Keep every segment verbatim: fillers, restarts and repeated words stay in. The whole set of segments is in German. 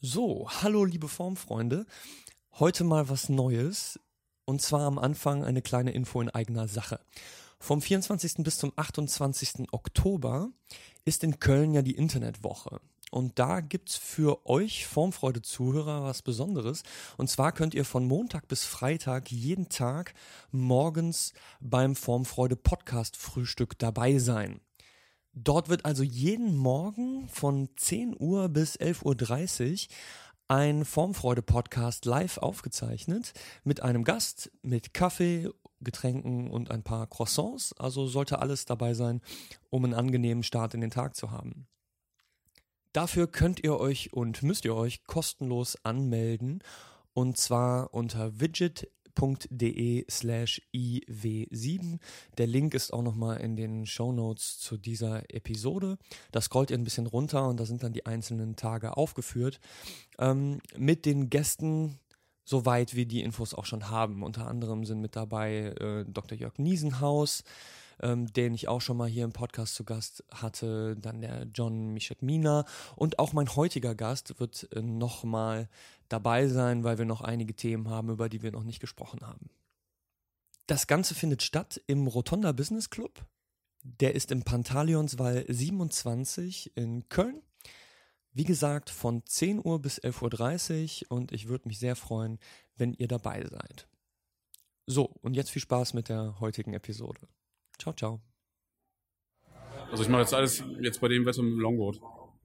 So, hallo liebe Formfreunde. Heute mal was Neues und zwar am Anfang eine kleine Info in eigener Sache. Vom vierundzwanzigsten bis zum achtundzwanzigsten Oktober ist in Köln ja die Internetwoche. Und da gibt's für euch Formfreude-Zuhörer was Besonderes. Und zwar könnt ihr von Montag bis Freitag jeden Tag morgens beim Formfreude-Podcast-Frühstück dabei sein. Dort wird also jeden Morgen von zehn Uhr bis elf Uhr dreißig ein Formfreude-Podcast live aufgezeichnet mit einem Gast, mit Kaffee, Getränken und ein paar Croissants. Also sollte alles dabei sein, um einen angenehmen Start in den Tag zu haben. Dafür könnt ihr euch und müsst ihr euch kostenlos anmelden und zwar unter widget.de slash iw7. Der Link ist auch nochmal in den Shownotes zu dieser Episode. Da scrollt ihr ein bisschen runter und da sind dann die einzelnen Tage aufgeführt. Ähm, mit den Gästen, soweit wir die Infos auch schon haben. Unter anderem sind mit dabei äh, Doktor Jörg Niesenhaus, ähm, den ich auch schon mal hier im Podcast zu Gast hatte. Dann der John Michek-Mina und auch mein heutiger Gast wird äh, nochmal dabei sein, weil wir noch einige Themen haben, über die wir noch nicht gesprochen haben. Das Ganze findet statt im Rotonda Business Club. Der ist im Pantaleonswall siebenundzwanzig in Köln. Wie gesagt, von zehn Uhr bis elf Uhr dreißig und ich würde mich sehr freuen, wenn ihr dabei seid. So, und jetzt viel Spaß mit der heutigen Episode. Ciao, ciao. Also ich mache jetzt alles jetzt bei dem Wetter mit dem Longboard.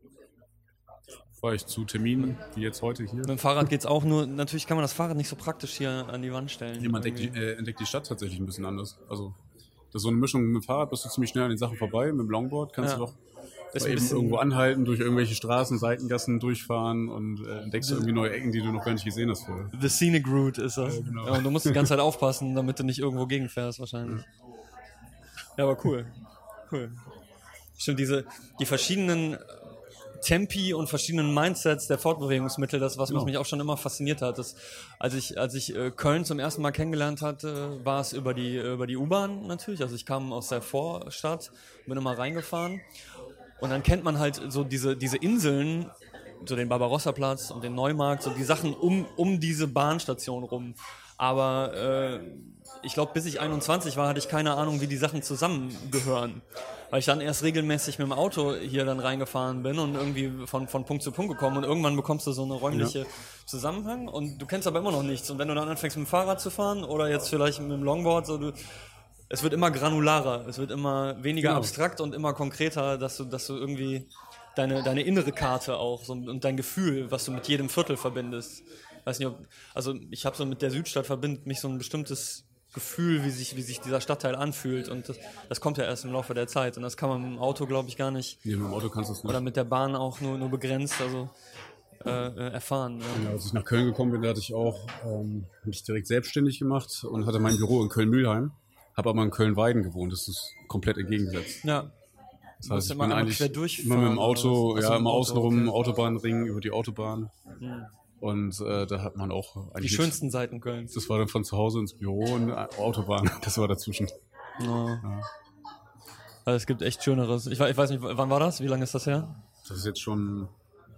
Fahre ich zu Terminen, wie jetzt heute hier. Mit dem Fahrrad geht's auch, nur natürlich kann man das Fahrrad nicht so praktisch hier an die Wand stellen. Ja, man entdeckt die, äh, entdeckt die Stadt tatsächlich ein bisschen anders. Also das ist so eine Mischung mit dem Fahrrad, bist du ziemlich schnell an den Sachen vorbei. Mit dem Longboard kannst ja. du doch mal eben irgendwo anhalten, durch irgendwelche Straßen, Seitengassen durchfahren und äh, entdeckst du irgendwie neue Ecken, die du noch gar nicht gesehen hast vorher. The Scenic Route ist das. Ja, genau. Ja, und du musst die ganze Zeit aufpassen, damit du nicht irgendwo gegenfährst wahrscheinlich. Ja, aber cool. Cool. Stimmt, diese, die verschiedenen Tempi und verschiedenen Mindsets der Fortbewegungsmittel, das, was genau. mich auch schon immer fasziniert hat. Das, als ich, als ich äh, Köln zum ersten Mal kennengelernt hatte, war es über die, über die U-Bahn natürlich. Also ich kam aus der Vorstadt, bin immer reingefahren. Und dann kennt man halt so diese, diese Inseln, so den Barbarossa-Platz und den Neumarkt, so die Sachen um, um diese Bahnstation rum. Aber äh, ich glaube, bis ich einundzwanzig war, hatte ich keine Ahnung, wie die Sachen zusammengehören. Weil ich dann erst regelmäßig mit dem Auto hier dann reingefahren bin und irgendwie von, von Punkt zu Punkt gekommen. Und irgendwann bekommst du so eine räumliche ja. Zusammenhang und du kennst aber immer noch nichts. Und wenn du dann anfängst mit dem Fahrrad zu fahren oder jetzt vielleicht mit dem Longboard, so du, es wird immer granularer, es wird immer weniger genau. abstrakt und immer konkreter, dass du, dass du irgendwie deine, deine innere Karte auch so, und dein Gefühl, was du mit jedem Viertel verbindest. Weiß nicht, ob, also ich habe so mit der Südstadt verbindet mich so ein bestimmtes Gefühl, wie sich, wie sich dieser Stadtteil anfühlt und das, das kommt ja erst im Laufe der Zeit und das kann man mit dem Auto, glaube ich, gar nicht. Nee, mit dem Auto kannst du es nicht. Oder mit der Bahn auch nur, nur begrenzt, also äh, erfahren. Ja. Ja, als ich nach Köln gekommen bin, da hatte ich auch ähm, mich direkt selbstständig gemacht und hatte mein Büro in Köln-Mühlheim, habe aber in Köln-Weiden gewohnt, das ist komplett entgegengesetzt. Ja. Das heißt, ich bin eigentlich immer mit dem Auto, ja, immer außenrum, okay. Autobahnring, über die Autobahn. Hm. Und äh, da hat man auch eigentlich... Die schönsten nichts. Seiten Kölns. Das war dann von zu Hause ins Büro und Autobahn, das war dazwischen. Oh. Ja. Also es gibt echt Schöneres. Ich, ich weiß nicht, wann war das? Wie lange ist das her? Das ist jetzt schon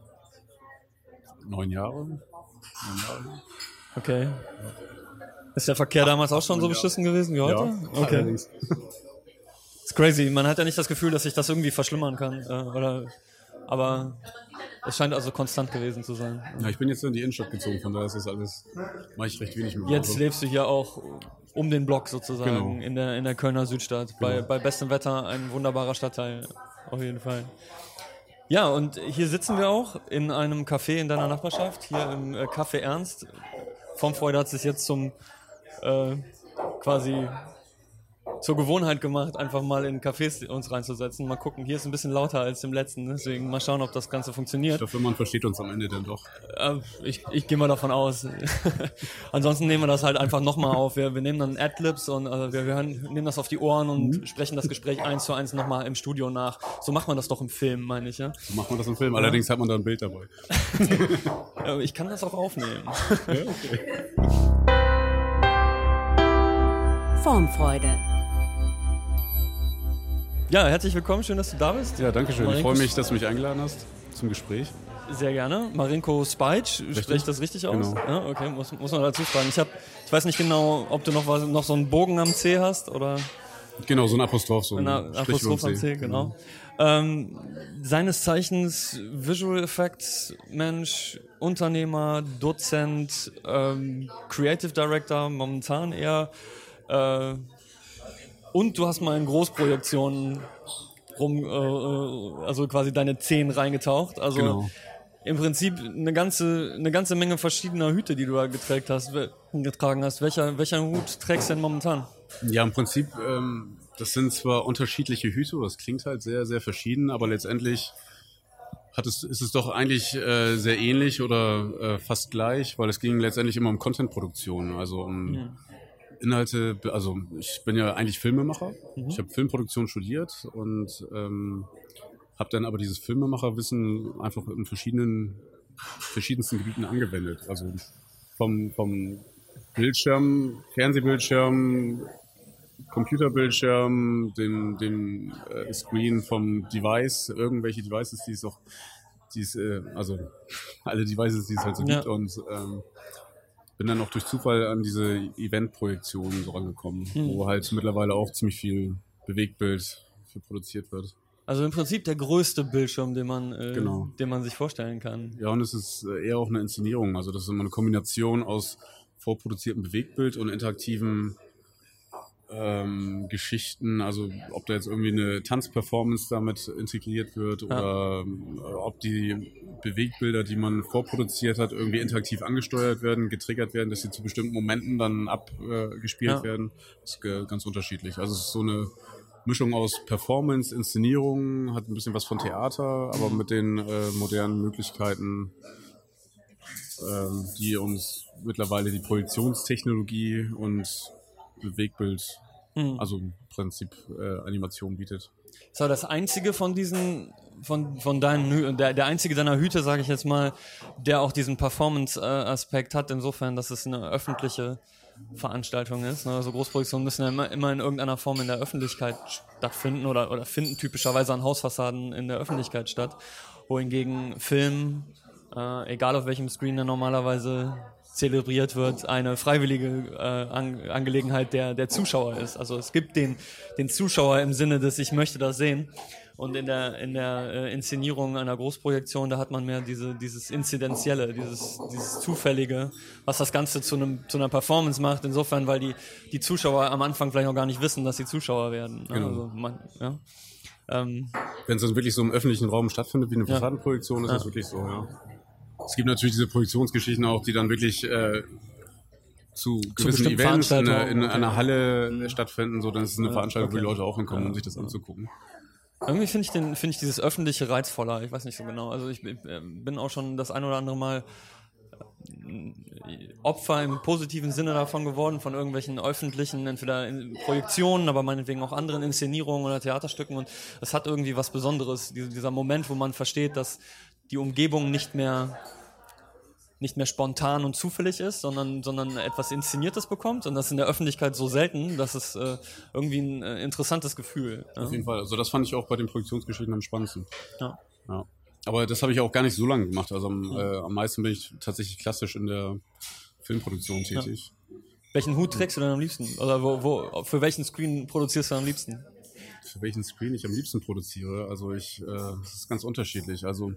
neun Jahre. Neun Jahre. Okay. Ist der Verkehr Ach, damals auch schon so beschissen gewesen wie heute? Ja, okay. Allerdings. Ist crazy. Man hat ja nicht das Gefühl, dass sich das irgendwie verschlimmern kann. Äh, oder, aber es scheint also konstant gewesen zu sein. Ja, ich bin jetzt in die Innenstadt gezogen, von daher ist das alles, mache ich recht wenig mit dem Jetzt Auto. lebst du hier auch um den Block sozusagen, genau. in der in der Kölner Südstadt. Genau. Bei, bei bestem Wetter ein wunderbarer Stadtteil, auf jeden Fall. Ja, und hier sitzen wir auch in einem Café in deiner Nachbarschaft, hier im äh, Café Ernst. Formfreude hat sich jetzt zum äh, quasi zur Gewohnheit gemacht, einfach mal in Cafés uns reinzusetzen. Mal gucken, hier ist ein bisschen lauter als im letzten, deswegen mal schauen, ob das Ganze funktioniert. Ich hoffe, man versteht uns am Ende dann doch. Äh, ich ich gehe mal davon aus. Ansonsten nehmen wir das halt einfach nochmal auf. Wir, wir nehmen dann Adlibs und äh, wir, wir hören, nehmen das auf die Ohren und mhm. sprechen das Gespräch eins zu eins nochmal im Studio nach. So macht man das doch im Film, meine ich. Ja? So macht man das im Film, allerdings ja. hat man da ein Bild dabei. Ja, ich kann das auch aufnehmen. Ja, okay. Formfreude. Ja, herzlich willkommen, schön, dass du da bist. Ja, danke schön. Ich freue mich, dass du mich eingeladen hast zum Gespräch. Sehr gerne. Marinko Spajc, spreche ich das richtig aus? Genau. Ja, okay, muss, muss man dazu fragen. Ich, hab, ich weiß nicht genau, ob du noch, was, noch so einen Bogen am C hast, oder? Genau, so ein Apostroph, so ein Ein Apostroph am C, genau. Ähm, seines Zeichens Visual Effects Mensch, Unternehmer, Dozent, ähm, Creative Director, momentan eher. Äh, und du hast mal in Großprojektionen rum, äh, also quasi deine Zehen reingetaucht. Also Genau. im Prinzip eine ganze, eine ganze Menge verschiedener Hüte, die du da getragen hast. Getragen hast. Welcher, welcher Hut trägst du denn momentan? Ja, im Prinzip, ähm, das sind zwar unterschiedliche Hüte, das klingt halt sehr, sehr verschieden, aber letztendlich hat es, ist es doch eigentlich äh, sehr ähnlich oder äh, fast gleich, weil es ging letztendlich immer um Content-Produktion, also um ja. Inhalte, also ich bin ja eigentlich Filmemacher, mhm. ich habe Filmproduktion studiert und ähm, habe dann aber dieses Filmemacherwissen einfach in verschiedenen, verschiedensten Gebieten angewendet, also vom, vom Bildschirm, Fernsehbildschirm, Computerbildschirm, dem, dem äh, Screen vom Device, irgendwelche Devices, die es auch, die es, äh, also alle Devices, die es halt so ja. gibt und ähm, bin dann auch durch Zufall an diese Event-Projektionen so rangekommen, hm. wo halt mittlerweile auch ziemlich viel Bewegtbild für produziert wird. Also im Prinzip der größte Bildschirm, den man, äh, genau. den man sich vorstellen kann. Ja, und es ist eher auch eine Inszenierung, also das ist immer eine Kombination aus vorproduziertem Bewegtbild und interaktiven ähm, Geschichten, also ob da jetzt irgendwie eine Tanzperformance damit integriert wird oder ja. ob die Bewegtbilder, die man vorproduziert hat, irgendwie interaktiv angesteuert werden, getriggert werden, dass sie zu bestimmten Momenten dann abgespielt äh, werden. Das ist äh, ganz unterschiedlich. Also es ist so eine Mischung aus Performance, Inszenierung, hat ein bisschen was von Theater, aber mit den äh, modernen Möglichkeiten, äh, die uns mittlerweile die Projektionstechnologie und Bewegtbild, mhm. also im Prinzip äh, Animation bietet. So, das einzige von diesen, von, von deinen, der, der einzige deiner Hüte, sage ich jetzt mal, der auch diesen Performance-Aspekt hat, insofern, dass es eine öffentliche Veranstaltung ist. Also Großproduktionen müssen ja immer, immer in irgendeiner Form in der Öffentlichkeit stattfinden oder, oder finden typischerweise an Hausfassaden in der Öffentlichkeit statt, wohingegen Film, äh, egal auf welchem Screen der normalerweise zelebriert wird, eine freiwillige äh, An- Angelegenheit der, der Zuschauer ist. Also es gibt den, den Zuschauer im Sinne des ich möchte das sehen. Und in der, in der äh, Inszenierung einer Großprojektion, da hat man mehr diese, dieses Inzidenzielle, dieses, dieses Zufällige, was das Ganze zu, einem, zu einer Performance macht. Insofern, weil die, die Zuschauer am Anfang vielleicht noch gar nicht wissen, dass sie Zuschauer werden. Genau. Also man, ja. ähm, Wenn es dann wirklich so im öffentlichen Raum stattfindet, wie eine ja. Fassadenprojektion, ist ja. das wirklich so, ja. Es gibt natürlich diese Projektionsgeschichten auch, die dann wirklich äh, zu gewissen zu Events in, eine, in okay. einer Halle mhm. stattfinden, so dann ist es eine ja, Veranstaltung, okay. wo die Leute auch hinkommen, ja. um sich das anzugucken. Irgendwie finde ich, den, find ich dieses Öffentliche reizvoller, ich weiß nicht so genau. Also ich bin auch schon das ein oder andere Mal Opfer im positiven Sinne davon geworden, von irgendwelchen öffentlichen, entweder Projektionen, aber meinetwegen auch anderen Inszenierungen oder Theaterstücken und es hat irgendwie was Besonderes, dieser Moment, wo man versteht, dass die Umgebung nicht mehr nicht mehr spontan und zufällig ist, sondern, sondern etwas Inszeniertes bekommt und das in der Öffentlichkeit so selten, dass es äh, irgendwie ein äh, interessantes Gefühl. Ja? Auf jeden Fall, also das fand ich auch bei den Projektionsgeschichten am spannendsten. Ja. Ja. Aber das habe ich auch gar nicht so lange gemacht, also am, äh, am meisten bin ich tatsächlich klassisch in der Filmproduktion tätig. Ja. Welchen Hut trägst du denn am liebsten? Oder wo, wo, für welchen Screen produzierst du am liebsten? Für welchen Screen ich am liebsten produziere? Also ich, äh, das ist ganz unterschiedlich, also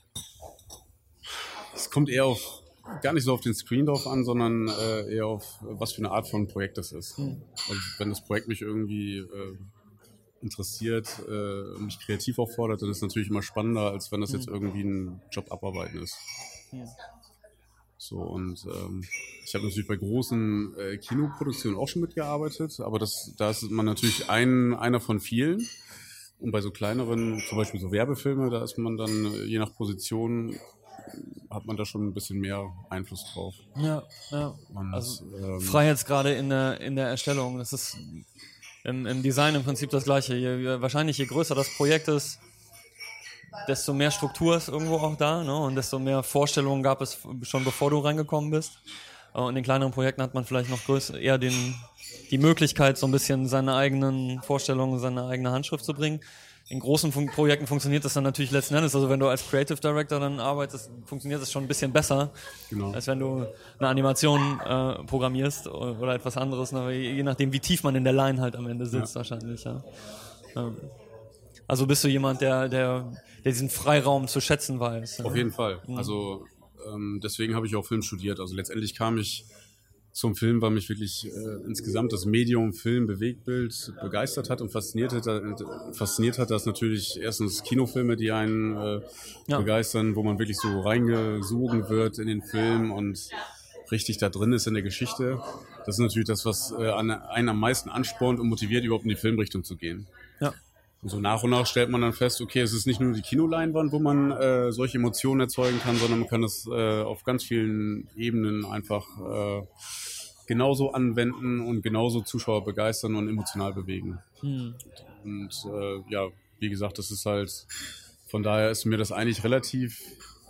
es kommt eher auf, gar nicht so auf den Screen drauf an, sondern äh, eher auf, was für eine Art von Projekt das ist. Mhm. Also wenn das Projekt mich irgendwie äh, interessiert, äh, mich kreativ auffordert, dann ist es natürlich immer spannender, als wenn das jetzt irgendwie ein Job abarbeiten ist. Mhm. So, und ähm, ich habe natürlich bei großen äh, Kinoproduktionen auch schon mitgearbeitet, aber das, da ist man natürlich ein, einer von vielen. Und bei so kleineren, zum Beispiel so Werbefilme, da ist man dann je nach Position hat man da schon ein bisschen mehr Einfluss drauf. Ja, ja. Und, also ähm, Freiheitsgrade in der in der Erstellung, das ist im, im Design im Prinzip das Gleiche. Je, wahrscheinlich je größer das Projekt ist, desto mehr Struktur ist irgendwo auch da, ne? Und desto mehr Vorstellungen gab es schon bevor du reingekommen bist. Und in den kleineren Projekten hat man vielleicht noch größer, eher den, die Möglichkeit, so ein bisschen seine eigenen Vorstellungen, seine eigene Handschrift zu bringen. in großen Fun- Projekten funktioniert das dann natürlich letzten Endes. Also wenn du als Creative Director dann arbeitest, funktioniert das schon ein bisschen besser, genau. als wenn du eine Animation äh, programmierst oder, oder etwas anderes. Ne? Je, je nachdem, wie tief man in der Line halt am Ende sitzt, ja. wahrscheinlich. Ja. Ähm, also bist du jemand, der, der, der diesen Freiraum zu schätzen weiß. Auf ja? jeden Fall. Mhm. Also ähm, deswegen habe ich auch Film studiert. Also letztendlich kam ich zum Film, weil mich wirklich äh, insgesamt das Medium Film, Bewegtbild begeistert hat und fasziniert hat. Äh, fasziniert hat das natürlich erstens Kinofilme, die einen äh, ja. begeistern, wo man wirklich so reingesogen wird in den Film und richtig da drin ist in der Geschichte. Das ist natürlich das, was äh, einen am meisten anspornt und motiviert, überhaupt in die Filmrichtung zu gehen. Ja. Und so nach und nach stellt man dann fest, okay, es ist nicht nur die Kinoleinwand, wo man äh, solche Emotionen erzeugen kann, sondern man kann es äh, auf ganz vielen Ebenen einfach äh, genauso anwenden und genauso Zuschauer begeistern und emotional bewegen. Hm. Und äh, ja, wie gesagt, das ist halt, von daher ist mir das eigentlich relativ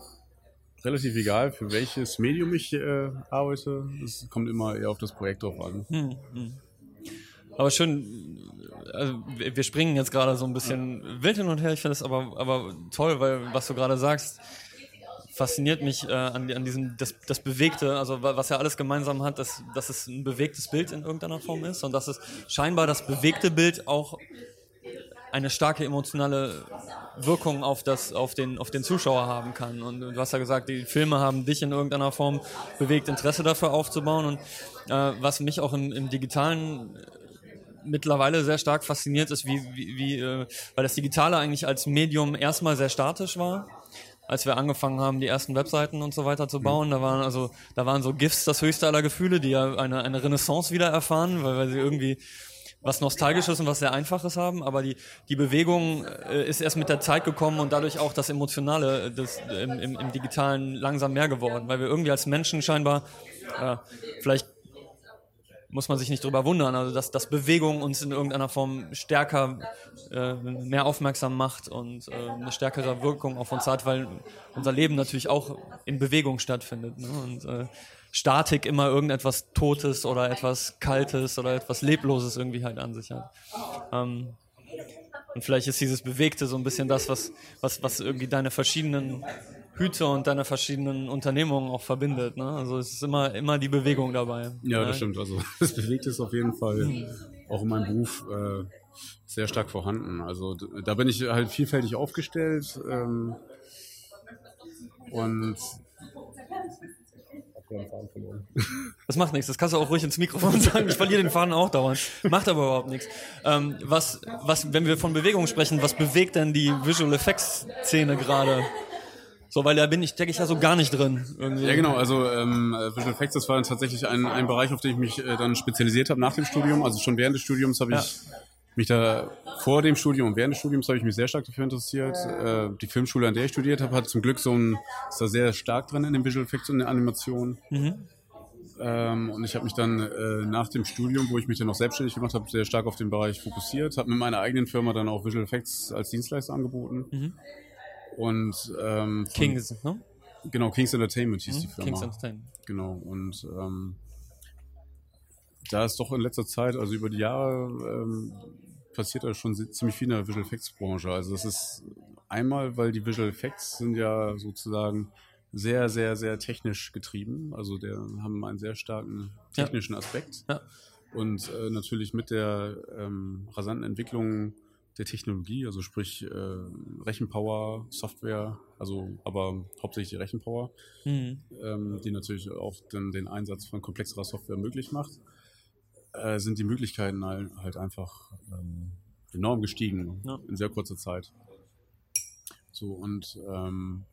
relativ egal, für welches Medium ich äh, arbeite. Es kommt immer eher auf das Projekt drauf an. Hm. Hm. Aber schön, also wir springen jetzt gerade so ein bisschen wild hin und her, ich finde es aber, aber toll, weil was du gerade sagst, fasziniert mich äh, an, an diesem, das, das Bewegte, also was ja alles gemeinsam hat, dass, dass es ein bewegtes Bild in irgendeiner Form ist und dass es scheinbar das bewegte Bild auch eine starke emotionale Wirkung auf, das, auf, den, auf den Zuschauer haben kann. Und du hast ja gesagt, die Filme haben dich in irgendeiner Form bewegt, Interesse dafür aufzubauen und äh, was mich auch im, im Digitalen mittlerweile sehr stark fasziniert ist, wie, wie, wie äh, weil das Digitale eigentlich als Medium erstmal sehr statisch war, als wir angefangen haben, die ersten Webseiten und so weiter zu bauen. Mhm. Da waren also, da waren so GIFs das höchste aller Gefühle, die ja eine, eine Renaissance wieder erfahren, weil, weil sie irgendwie was Nostalgisches und was sehr Einfaches haben, aber die, die Bewegung äh, ist erst mit der Zeit gekommen und dadurch auch das Emotionale des, im, im, im Digitalen langsam mehr geworden, weil wir irgendwie als Menschen scheinbar, äh, vielleicht muss man sich nicht drüber wundern, also dass, dass Bewegung uns in irgendeiner Form stärker, äh, mehr aufmerksam macht und äh, eine stärkere Wirkung auf uns hat, weil unser Leben natürlich auch in Bewegung stattfindet. Ne? Und äh, Statik immer irgendetwas Totes oder etwas Kaltes oder etwas Lebloses irgendwie halt an sich hat. Ähm, und vielleicht ist dieses Bewegte so ein bisschen das, was, was, was irgendwie deine verschiedenen Hüte und deine verschiedenen Unternehmungen auch verbindet. Ne? Also es ist immer, immer die Bewegung dabei. Ja, das stimmt. Also das Bewegte ist auf jeden Fall mhm. auch in meinem Beruf äh, sehr stark vorhanden. Also da bin ich halt vielfältig aufgestellt ähm, und das macht nichts, das kannst du auch ruhig ins Mikrofon sagen. Ich verliere den Faden auch dauernd. Macht aber überhaupt nichts. Ähm, was, was, wenn wir von Bewegung sprechen, was bewegt denn die Visual Effects Szene gerade? So, weil da bin ich, denke ich, ja so gar nicht drin. Irgendwie. Ja, genau. Also ähm, Visual Effects, das war dann tatsächlich ein, ein Bereich, auf den ich mich äh, dann spezialisiert habe nach dem Studium. Also schon während des Studiums habe ich ja. mich da, vor dem Studium und während des Studiums habe ich mich sehr stark dafür interessiert. Äh, die Filmschule, an der ich studiert habe, hat zum Glück so ein, ist da sehr stark drin in den Visual Effects und in der Animation. Mhm. Ähm, und ich habe mich dann äh, nach dem Studium, wo ich mich dann noch selbstständig gemacht habe, sehr stark auf den Bereich fokussiert. Habe mit meiner eigenen Firma dann auch Visual Effects als Dienstleister angeboten. Mhm. Und ähm, von, Kings, ne? Genau, Kings Entertainment hieß mhm, die Firma. Kings Entertainment. Genau, und ähm, da ist doch in letzter Zeit, also über die Jahre, ähm, passiert da schon ziemlich viel in der Visual Effects Branche. Also das ist einmal, weil die Visual Effects sind ja sozusagen sehr, sehr, sehr technisch getrieben. Also der haben einen sehr starken technischen ja. Aspekt. Ja. Und äh, natürlich mit der ähm, rasanten Entwicklung der Technologie, also sprich äh, Rechenpower, Software, also aber hauptsächlich die Rechenpower, mhm. ähm, die natürlich auch den, den Einsatz von komplexerer Software möglich macht, äh, sind die Möglichkeiten halt, halt einfach ähm, enorm gestiegen ja. in sehr kurzer Zeit. So und ähm,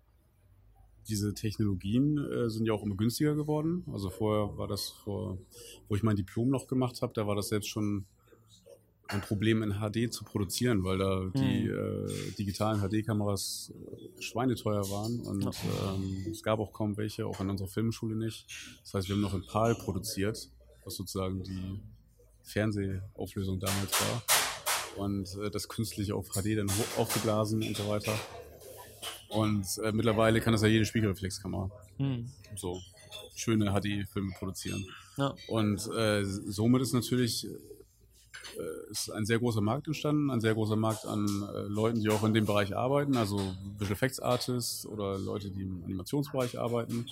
diese Technologien äh, sind ja auch immer günstiger geworden. Also vorher war das vor, wo ich mein Diplom noch gemacht habe, da war das selbst schon ein Problem in H D zu produzieren, weil da die hm. äh, digitalen H D-Kameras äh, schweineteuer waren und ja. ähm, es gab auch kaum welche, auch in unserer Filmschule nicht. Das heißt, wir haben noch in PAL produziert, was sozusagen die Fernsehauflösung damals war und äh, das künstlich auf H D dann ho- aufgeblasen und so weiter. Und äh, mittlerweile kann das ja jede Spiegelreflexkamera hm. so schöne H D-Filme produzieren. Ja. Und äh, somit ist natürlich äh, ist ein sehr großer Markt entstanden, ein sehr großer Markt an äh, Leuten, die auch in dem Bereich arbeiten, also Visual Effects Artists oder Leute, die im Animationsbereich arbeiten.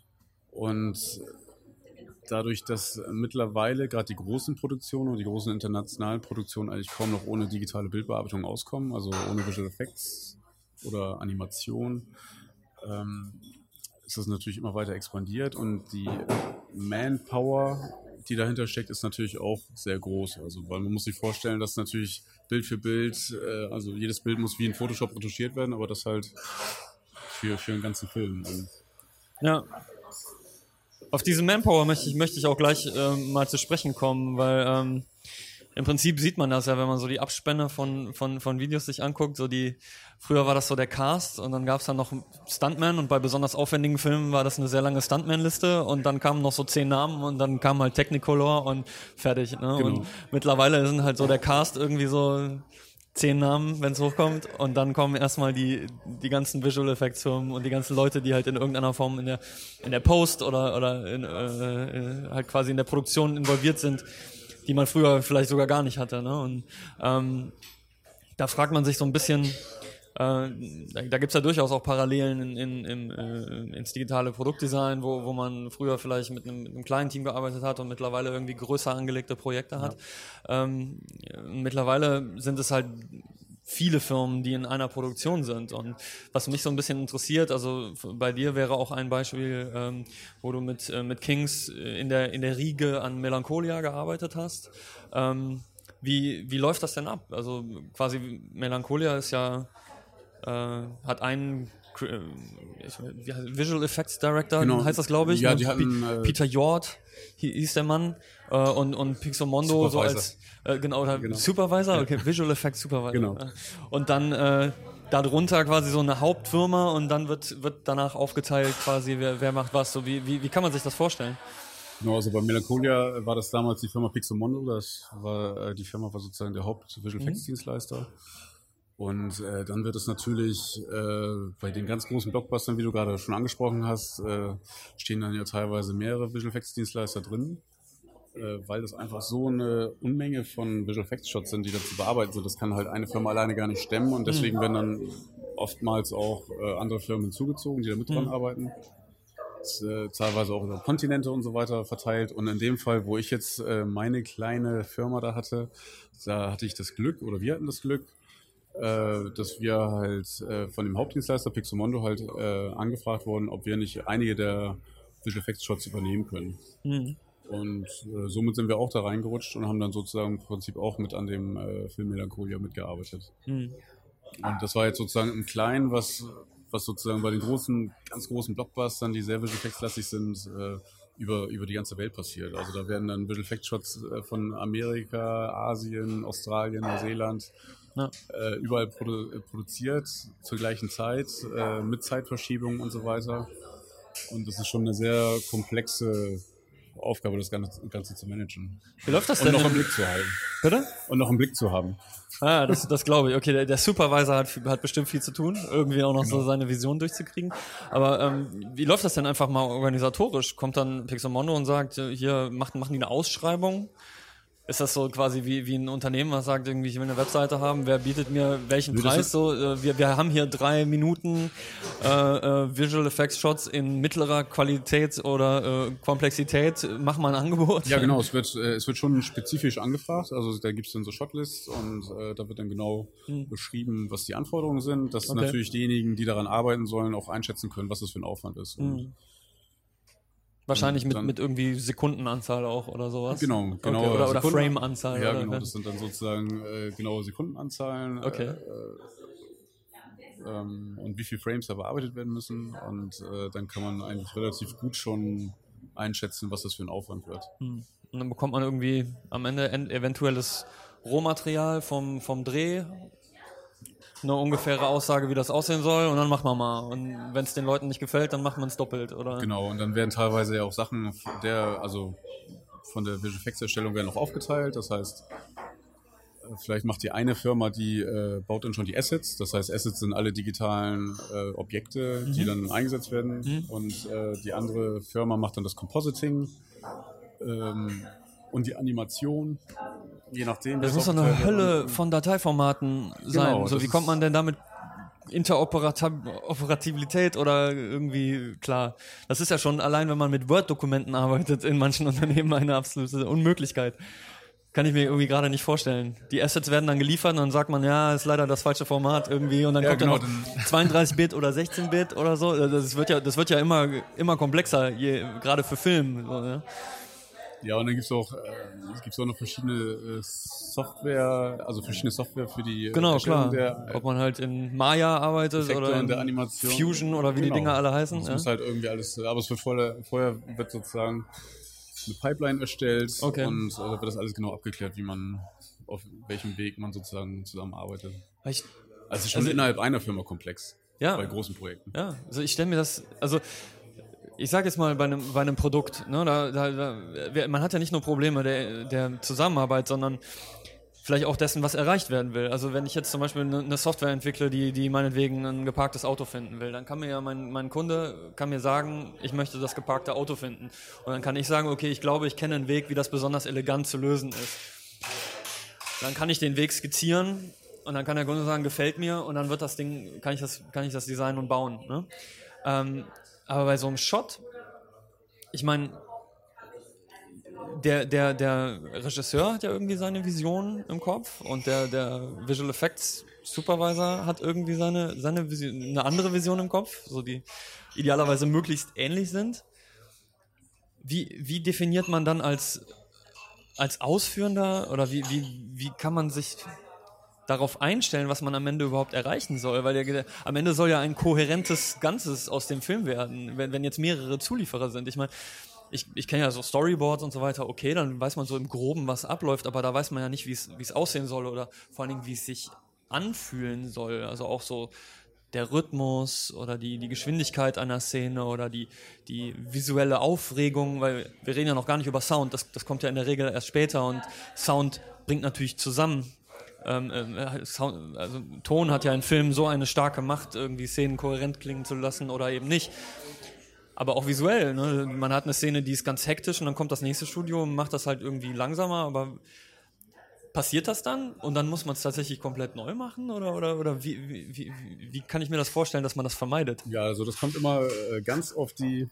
Und dadurch, dass mittlerweile gerade die großen Produktionen und die großen internationalen Produktionen eigentlich kaum noch ohne digitale Bildbearbeitung auskommen, also ohne Visual Effects oder Animation, ähm, ist das natürlich immer weiter expandiert und die Manpower, die dahinter steckt, ist natürlich auch sehr groß. Also, weil man muss sich vorstellen, dass natürlich Bild für Bild, äh, also jedes Bild muss wie in Photoshop retuschiert werden, aber das halt für, für einen ganzen Film. Und ja. Auf diese Manpower möchte ich, möchte ich auch gleich ähm, mal zu sprechen kommen, weil ähm, im Prinzip sieht man das ja, wenn man so die Abspänne von, von, von Videos sich anguckt. So die, früher war das so der Cast und dann gab es dann noch Stuntman und bei besonders aufwendigen Filmen war das eine sehr lange Stuntman-Liste und dann kamen noch so zehn Namen und dann kam halt Technicolor und fertig. Ne? Genau. Und mittlerweile sind halt so der Cast irgendwie so zehn Namen, wenn es hochkommt und dann kommen erstmal die die ganzen Visual Effects Firmen und die ganzen Leute, die halt in irgendeiner Form in der in der Post oder oder in, äh, halt quasi in der Produktion involviert sind, die man früher vielleicht sogar gar nicht hatte, ne? Und ähm, da fragt man sich so ein bisschen, äh, da, da gibt's ja durchaus auch Parallelen in, in, in, äh, ins digitale Produktdesign, wo, wo man früher vielleicht mit einem, mit einem kleinen Team gearbeitet hat und mittlerweile irgendwie größer angelegte Projekte hat. Ja. Ähm, mittlerweile sind es halt viele Firmen, die in einer Produktion sind. Und was mich so ein bisschen interessiert, also bei dir wäre auch ein Beispiel, ähm, wo du mit, äh, mit Kings in der, in der Riege an Melancholia gearbeitet hast. Ähm, wie, wie läuft das denn ab? Also quasi Melancholia ist ja, äh, hat einen äh, Visual Effects Director, genau. heißt das, glaube ich. Ja, ne? die hatten, äh, Peter Jord hieß der Mann. Äh, und, und Pixomondo so als äh, genau, oder genau. Supervisor, okay, Visual Effects Supervisor. Genau. Und dann äh, darunter quasi so eine Hauptfirma und dann wird wird danach aufgeteilt quasi, wer, wer macht was. So wie, wie, wie kann man sich das vorstellen? Genau, also bei Melancholia war das damals die Firma Pixomondo, das war äh, die Firma war sozusagen der Haupt-Visual Effects Dienstleister. Und äh, dann wird es natürlich äh, bei den ganz großen Blockbustern, wie du gerade schon angesprochen hast, äh, stehen dann ja teilweise mehrere Visual Effects Dienstleister drin. Weil das einfach so eine Unmenge von Visual Effects Shots sind, die da zu bearbeiten sind. Das kann halt eine Firma alleine gar nicht stemmen und deswegen werden dann oftmals auch äh, andere Firmen hinzugezogen, die da mit dran arbeiten. Das ist äh, teilweise auch über Kontinente und so weiter verteilt. Und in dem Fall, wo ich jetzt äh, meine kleine Firma da hatte, da hatte ich das Glück, oder wir hatten das Glück, äh, dass wir halt äh, von dem Hauptdienstleister Pixomondo halt äh, angefragt wurden, ob wir nicht einige der Visual Effects Shots übernehmen können. Mhm. Und äh, somit sind wir auch da reingerutscht und haben dann sozusagen im Prinzip auch mit an dem äh, Film Melancholia mitgearbeitet. Mhm. Und das war jetzt sozusagen im Kleinen, was, was sozusagen bei den großen, ganz großen Blockbustern, die sehr Visual Effects lastig sind, äh, über, über die ganze Welt passiert. Also da werden dann Visual Effects Shots äh, von Amerika, Asien, Australien, Neuseeland, ja. äh, überall produ- produziert zur gleichen Zeit, äh, mit Zeitverschiebungen und so weiter. Und das ist schon eine sehr komplexe Aufgabe, das Ganze, das Ganze zu managen. Wie läuft das und denn? Und noch im Blick zu halten. Bitte? Und noch im Blick zu haben. Ah, das, das glaube ich. Okay, der, der Supervisor hat, hat bestimmt viel zu tun, irgendwie auch noch genau. so seine Vision durchzukriegen. Aber ähm, wie läuft das denn einfach mal organisatorisch? Kommt dann Pixomondo und sagt, hier machen, machen die eine Ausschreibung? Ist das so quasi wie, wie ein Unternehmen, was sagt, irgendwie, ich will eine Webseite haben, wer bietet mir welchen Preis? So, äh, wir, wir haben hier drei Minuten äh, äh, Visual Effects Shots in mittlerer Qualität oder äh, Komplexität, mach mal ein Angebot. Ja genau, es wird, äh, es wird schon spezifisch angefragt, also da gibt es dann so Shotlists und äh, da wird dann genau hm. beschrieben, was die Anforderungen sind, dass okay. natürlich diejenigen, die daran arbeiten sollen, auch einschätzen können, was das für ein Aufwand ist. Hm. Und wahrscheinlich mit, mit irgendwie Sekundenanzahl auch oder sowas. Genau, genau. Okay, oder oder Frame-Anzahl. Ja, oder genau, das sind dann sozusagen äh, genaue Sekundenanzahlen. Okay. Äh, ähm, und wie viele Frames da bearbeitet werden müssen. Und äh, dann kann man eigentlich relativ gut schon einschätzen, was das für ein Aufwand wird. Hm. Und dann bekommt man irgendwie am Ende eventuelles Rohmaterial vom, vom Dreh, eine ungefähre Aussage, wie das aussehen soll, und dann macht man mal. Und wenn es den Leuten nicht gefällt, dann macht man es doppelt, oder? Genau, und dann werden teilweise ja auch Sachen der, also von der Visual Effects Erstellung werden auch aufgeteilt. Das heißt, vielleicht macht die eine Firma, die äh, baut dann schon die Assets. Das heißt, Assets sind alle digitalen äh, Objekte, mhm. die dann eingesetzt werden. Mhm. Und äh, die andere Firma macht dann das Compositing ähm, und die Animation. je nachdem. Das muss doch eine Hölle von Dateiformaten sein. Genau, so, wie kommt man denn damit Interoperativität oder irgendwie, klar. Das ist ja schon allein, wenn man mit Word-Dokumenten arbeitet, in manchen Unternehmen eine absolute Unmöglichkeit. Kann ich mir irgendwie gerade nicht vorstellen. Die Assets werden dann geliefert und dann sagt man, ja, ist leider das falsche Format irgendwie und dann ja, kommt genau, dann noch zweiunddreißig Bit oder sechzehn Bit oder so. Das wird ja, das wird ja immer, immer komplexer, je, gerade für Film. So, ne? Ja, und dann gibt es auch, äh, gibt's auch noch verschiedene äh, Software, also verschiedene Software für die genau, klar. Der, ob man halt in Maya arbeitet Effekte oder in der Animation. Fusion oder wie genau. die Dinger alle heißen. Das ja? muss halt irgendwie alles, aber es wird vorher, vorher wird sozusagen eine Pipeline erstellt okay. und äh, da wird das alles genau abgeklärt, wie man, auf welchem Weg man sozusagen zusammenarbeitet. Ich, also es ist schon also, innerhalb einer Firma komplex, ja, bei großen Projekten. Ja, also ich stelle mir das, also ich sage jetzt mal bei einem, bei einem Produkt, ne, da, da, da, man hat ja nicht nur Probleme der, der Zusammenarbeit, sondern vielleicht auch dessen, was erreicht werden will. Also wenn ich jetzt zum Beispiel eine Software entwickle, die, die meinetwegen ein geparktes Auto finden will, dann kann mir ja mein, mein Kunde kann mir sagen, ich möchte das geparkte Auto finden. Und dann kann ich sagen, okay, ich glaube, ich kenne einen Weg, wie das besonders elegant zu lösen ist. Dann kann ich den Weg skizzieren und dann kann der Kunde sagen, gefällt mir und dann wird das Ding, kann ich das, kann ich das designen und bauen. Ne? Ähm, aber bei so einem Shot, ich meine, Der, der, der Regisseur hat ja irgendwie seine Vision im Kopf und der, der Visual Effects Supervisor hat irgendwie seine, seine Vision, eine andere Vision im Kopf, so die idealerweise möglichst ähnlich sind. Wie, wie definiert man dann als, als Ausführender oder wie, wie, wie kann man sich darauf einstellen, was man am Ende überhaupt erreichen soll? Weil der, am Ende soll ja ein kohärentes Ganzes aus dem Film werden, wenn, wenn jetzt mehrere Zulieferer sind. Ich meine, Ich, ich kenne ja so Storyboards und so weiter, okay, dann weiß man so im Groben, was abläuft, aber da weiß man ja nicht, wie es aussehen soll oder vor allen Dingen, wie es sich anfühlen soll. Also auch so der Rhythmus oder die, die Geschwindigkeit einer Szene oder die, die visuelle Aufregung, weil wir reden ja noch gar nicht über Sound, das, das kommt ja in der Regel erst später und Sound bringt natürlich zusammen. Ähm, äh, Sound, also Ton hat ja in Filmen so eine starke Macht, irgendwie Szenen kohärent klingen zu lassen oder eben nicht. Aber auch visuell, ne? Man hat eine Szene, die ist ganz hektisch und dann kommt das nächste Studio und macht das halt irgendwie langsamer, aber passiert das dann und dann muss man es tatsächlich komplett neu machen oder, oder, oder wie, wie, wie, wie kann ich mir das vorstellen, dass man das vermeidet? Ja, also das kommt immer äh, ganz auf die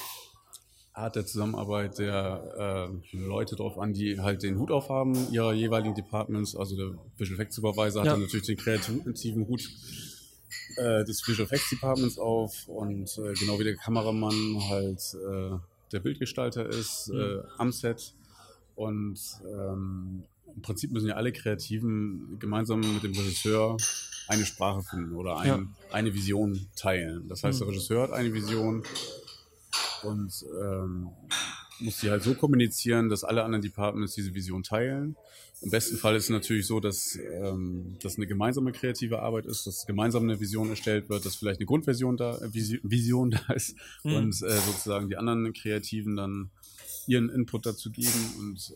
Art der Zusammenarbeit der äh, Leute drauf an, die halt den Hut aufhaben, ihrer jeweiligen Departments, also der Visual Effects Supervisor hat ja. dann natürlich den kreativen Hut des Visual Effects Departments auf und äh, genau wie der Kameramann halt äh, der Bildgestalter ist mhm. äh, am Set und ähm, im Prinzip müssen ja alle Kreativen gemeinsam mit dem Regisseur eine Sprache finden oder ein, ja. eine Vision teilen. Das heißt, mhm. der Regisseur hat eine Vision und ähm, muss die halt so kommunizieren, dass alle anderen Departments diese Vision teilen. Im besten Fall ist es natürlich so, dass ähm, das eine gemeinsame kreative Arbeit ist, dass gemeinsam eine Vision erstellt wird, dass vielleicht eine Grundversion da, äh, Vision da ist mhm. und äh, sozusagen die anderen Kreativen dann ihren Input dazu geben und,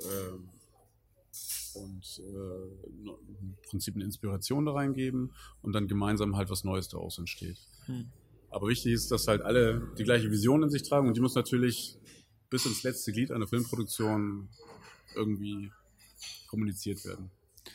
äh, und äh, im Prinzip eine Inspiration da reingeben und dann gemeinsam halt was Neues daraus entsteht. Mhm. Aber wichtig ist, dass halt alle die gleiche Vision in sich tragen und die muss natürlich bis ins letzte Glied einer Filmproduktion irgendwie kommuniziert werden.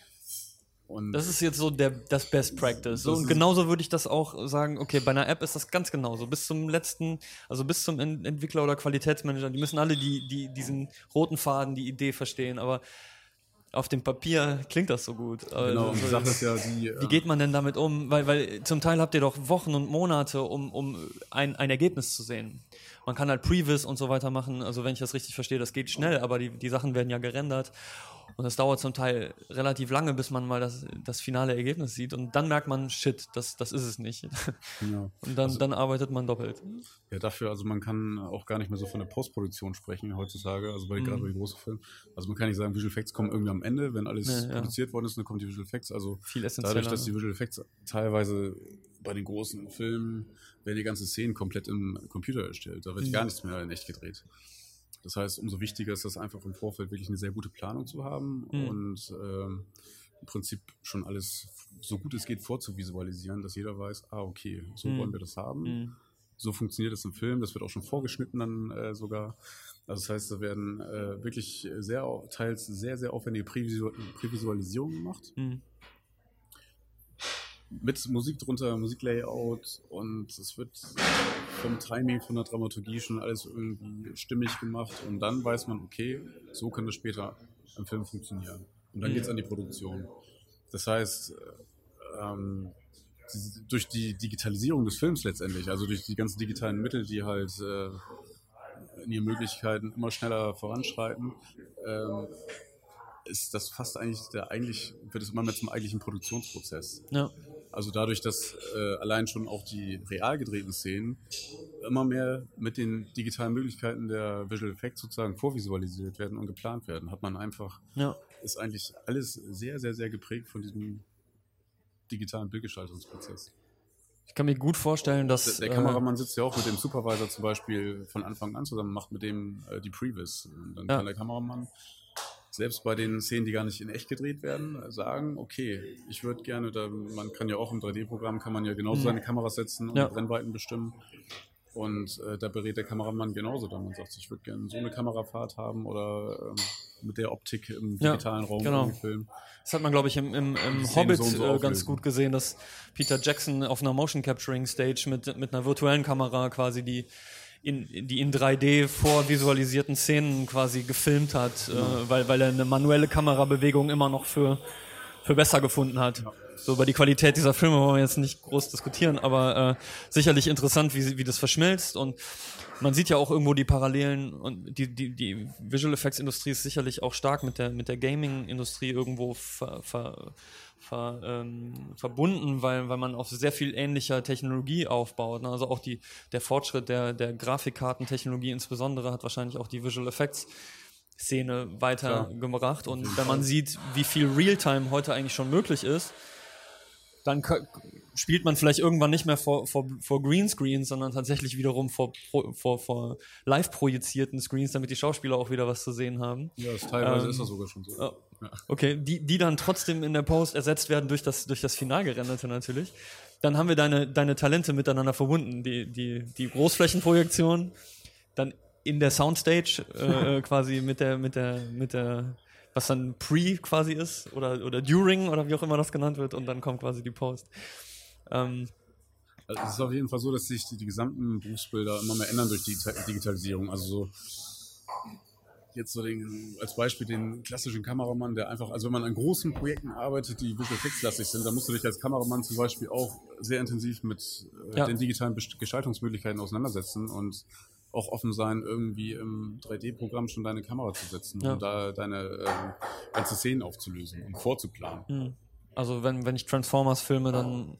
Und das ist jetzt so der, das Best Practice. So, und genauso würde ich das auch sagen, okay, bei einer App ist das ganz genauso. Bis zum letzten, also bis zum Entwickler oder Qualitätsmanager, die müssen alle die, die, diesen roten Faden, die Idee verstehen, aber auf dem Papier klingt das so gut. Genau, also, die Sache ist ja die... Wie geht man denn damit um? Weil, weil zum Teil habt ihr doch Wochen und Monate, um, um ein, ein Ergebnis zu sehen. Man kann halt Previs und so weiter machen, also wenn ich das richtig verstehe, das geht schnell, aber die, die Sachen werden ja gerendert und es dauert zum Teil relativ lange, bis man mal das, das finale Ergebnis sieht und dann merkt man, shit, das, das ist es nicht. Ja. Und dann, also, dann arbeitet man doppelt. Ja, dafür, also man kann auch gar nicht mehr so von der Postproduktion sprechen heutzutage, also bei, mhm. gerade bei den großen Filmen. Also man kann nicht sagen, Visual Effects kommen irgendwie am Ende, wenn alles ja, ja. produziert worden ist, dann kommen die Visual Effects. Also viel dadurch, dass die Visual Effects teilweise bei den großen Filmen werden die ganzen Szenen komplett im Computer erstellt. Da wird mhm. gar nichts mehr in echt gedreht. Das heißt, umso wichtiger ist das einfach im Vorfeld wirklich eine sehr gute Planung zu haben mhm. und ähm, im Prinzip schon alles so gut es geht vorzuvisualisieren, dass jeder weiß, ah okay, so mhm. wollen wir das haben. Mhm. so funktioniert es im Film. Das wird auch schon vorgeschnitten dann äh, sogar. Also das heißt, da werden äh, wirklich sehr, teils sehr, sehr aufwendige Prävisu- Prävisualisierungen gemacht. Mhm. Mit Musik drunter, Musiklayout, und es wird vom Timing, von der Dramaturgie schon alles irgendwie stimmig gemacht, und dann weiß man, okay, so kann das später im Film funktionieren. Und dann mhm. geht es an die Produktion. Das heißt, ähm, die, durch die Digitalisierung des Films letztendlich, also durch die ganzen digitalen Mittel, die halt äh, in ihren Möglichkeiten immer schneller voranschreiten, ähm, ist das fast eigentlich, der eigentlich, wird es immer mehr zum eigentlichen Produktionsprozess. Ja. Also dadurch, dass äh, allein schon auch die real gedrehten Szenen immer mehr mit den digitalen Möglichkeiten der Visual Effects sozusagen vorvisualisiert werden und geplant werden, hat man einfach, ja. ist eigentlich alles sehr, sehr, sehr geprägt von diesem digitalen Bildgestaltungsprozess. Ich kann mir gut vorstellen, dass... Der, der Kameramann sitzt ja auch mit dem Supervisor zum Beispiel von Anfang an zusammen, macht mit dem äh, die Previs. Und dann ja. kann der Kameramann selbst bei den Szenen, die gar nicht in echt gedreht werden, sagen, okay, ich würde gerne, da, man kann ja auch im drei D-Programm, kann man ja genauso mhm. seine Kameras setzen und ja. die Brennweiten bestimmen. Und äh, da berät der Kameramann genauso dann und sagt, ich würde gerne so eine Kamerafahrt haben oder ähm, mit der Optik im digitalen ja, Raum genau. filmen. Das hat man, glaube ich, im, im, im Hobbit so so äh, ganz gut gesehen, dass Peter Jackson auf einer Motion Capturing Stage mit, mit einer virtuellen Kamera quasi die in, die in drei D vorvisualisierten Szenen quasi gefilmt hat, ja. äh, weil, weil er eine manuelle Kamerabewegung immer noch für, für besser gefunden hat. Ja. So, über die Qualität dieser Filme wollen wir jetzt nicht groß diskutieren, aber äh, sicherlich interessant, wie, wie das verschmilzt, und man sieht ja auch irgendwo die Parallelen, und die, die, die Visual Effects Industrie ist sicherlich auch stark mit der, mit der Gaming-Industrie irgendwo ver, ver, ver, ähm, verbunden, weil, weil man auf sehr viel ähnlicher Technologie aufbaut. Ne? Also auch die, der Fortschritt der, der Grafikkartentechnologie insbesondere hat wahrscheinlich auch die Visual Effects Szene weitergebracht. Ja. Und wenn man sieht, wie viel Realtime heute eigentlich schon möglich ist, dann k- spielt man vielleicht irgendwann nicht mehr vor, vor, vor Greenscreens, sondern tatsächlich wiederum vor, vor, vor live projizierten Screens, damit die Schauspieler auch wieder was zu sehen haben. Ja, das teilweise ähm, ist das sogar schon so. Ja. Okay, die, die dann trotzdem in der Post ersetzt werden durch das, durch das final gerenderte natürlich. Dann haben wir deine, deine Talente miteinander verbunden. Die, die, die Großflächenprojektion, dann in der Soundstage äh, quasi mit der, mit der, mit der, was dann Pre quasi ist oder, oder During oder wie auch immer das genannt wird, und dann kommt quasi die Post. Ähm, also es ist auf jeden Fall so, dass sich die, die gesamten Berufsbilder immer mehr ändern durch die Digitalisierung. Also so jetzt so den, als Beispiel den klassischen Kameramann, der einfach, also wenn man an großen Projekten arbeitet, die Visual Effects-lastig sind, dann musst du dich als Kameramann zum Beispiel auch sehr intensiv mit äh, ja. den digitalen Gestaltungsmöglichkeiten auseinandersetzen und auch offen sein, irgendwie im drei D-Programm schon deine Kamera zu setzen, ja. um da deine äh, ganze Szenen aufzulösen und vorzuplanen. Also wenn, wenn ich Transformers filme, dann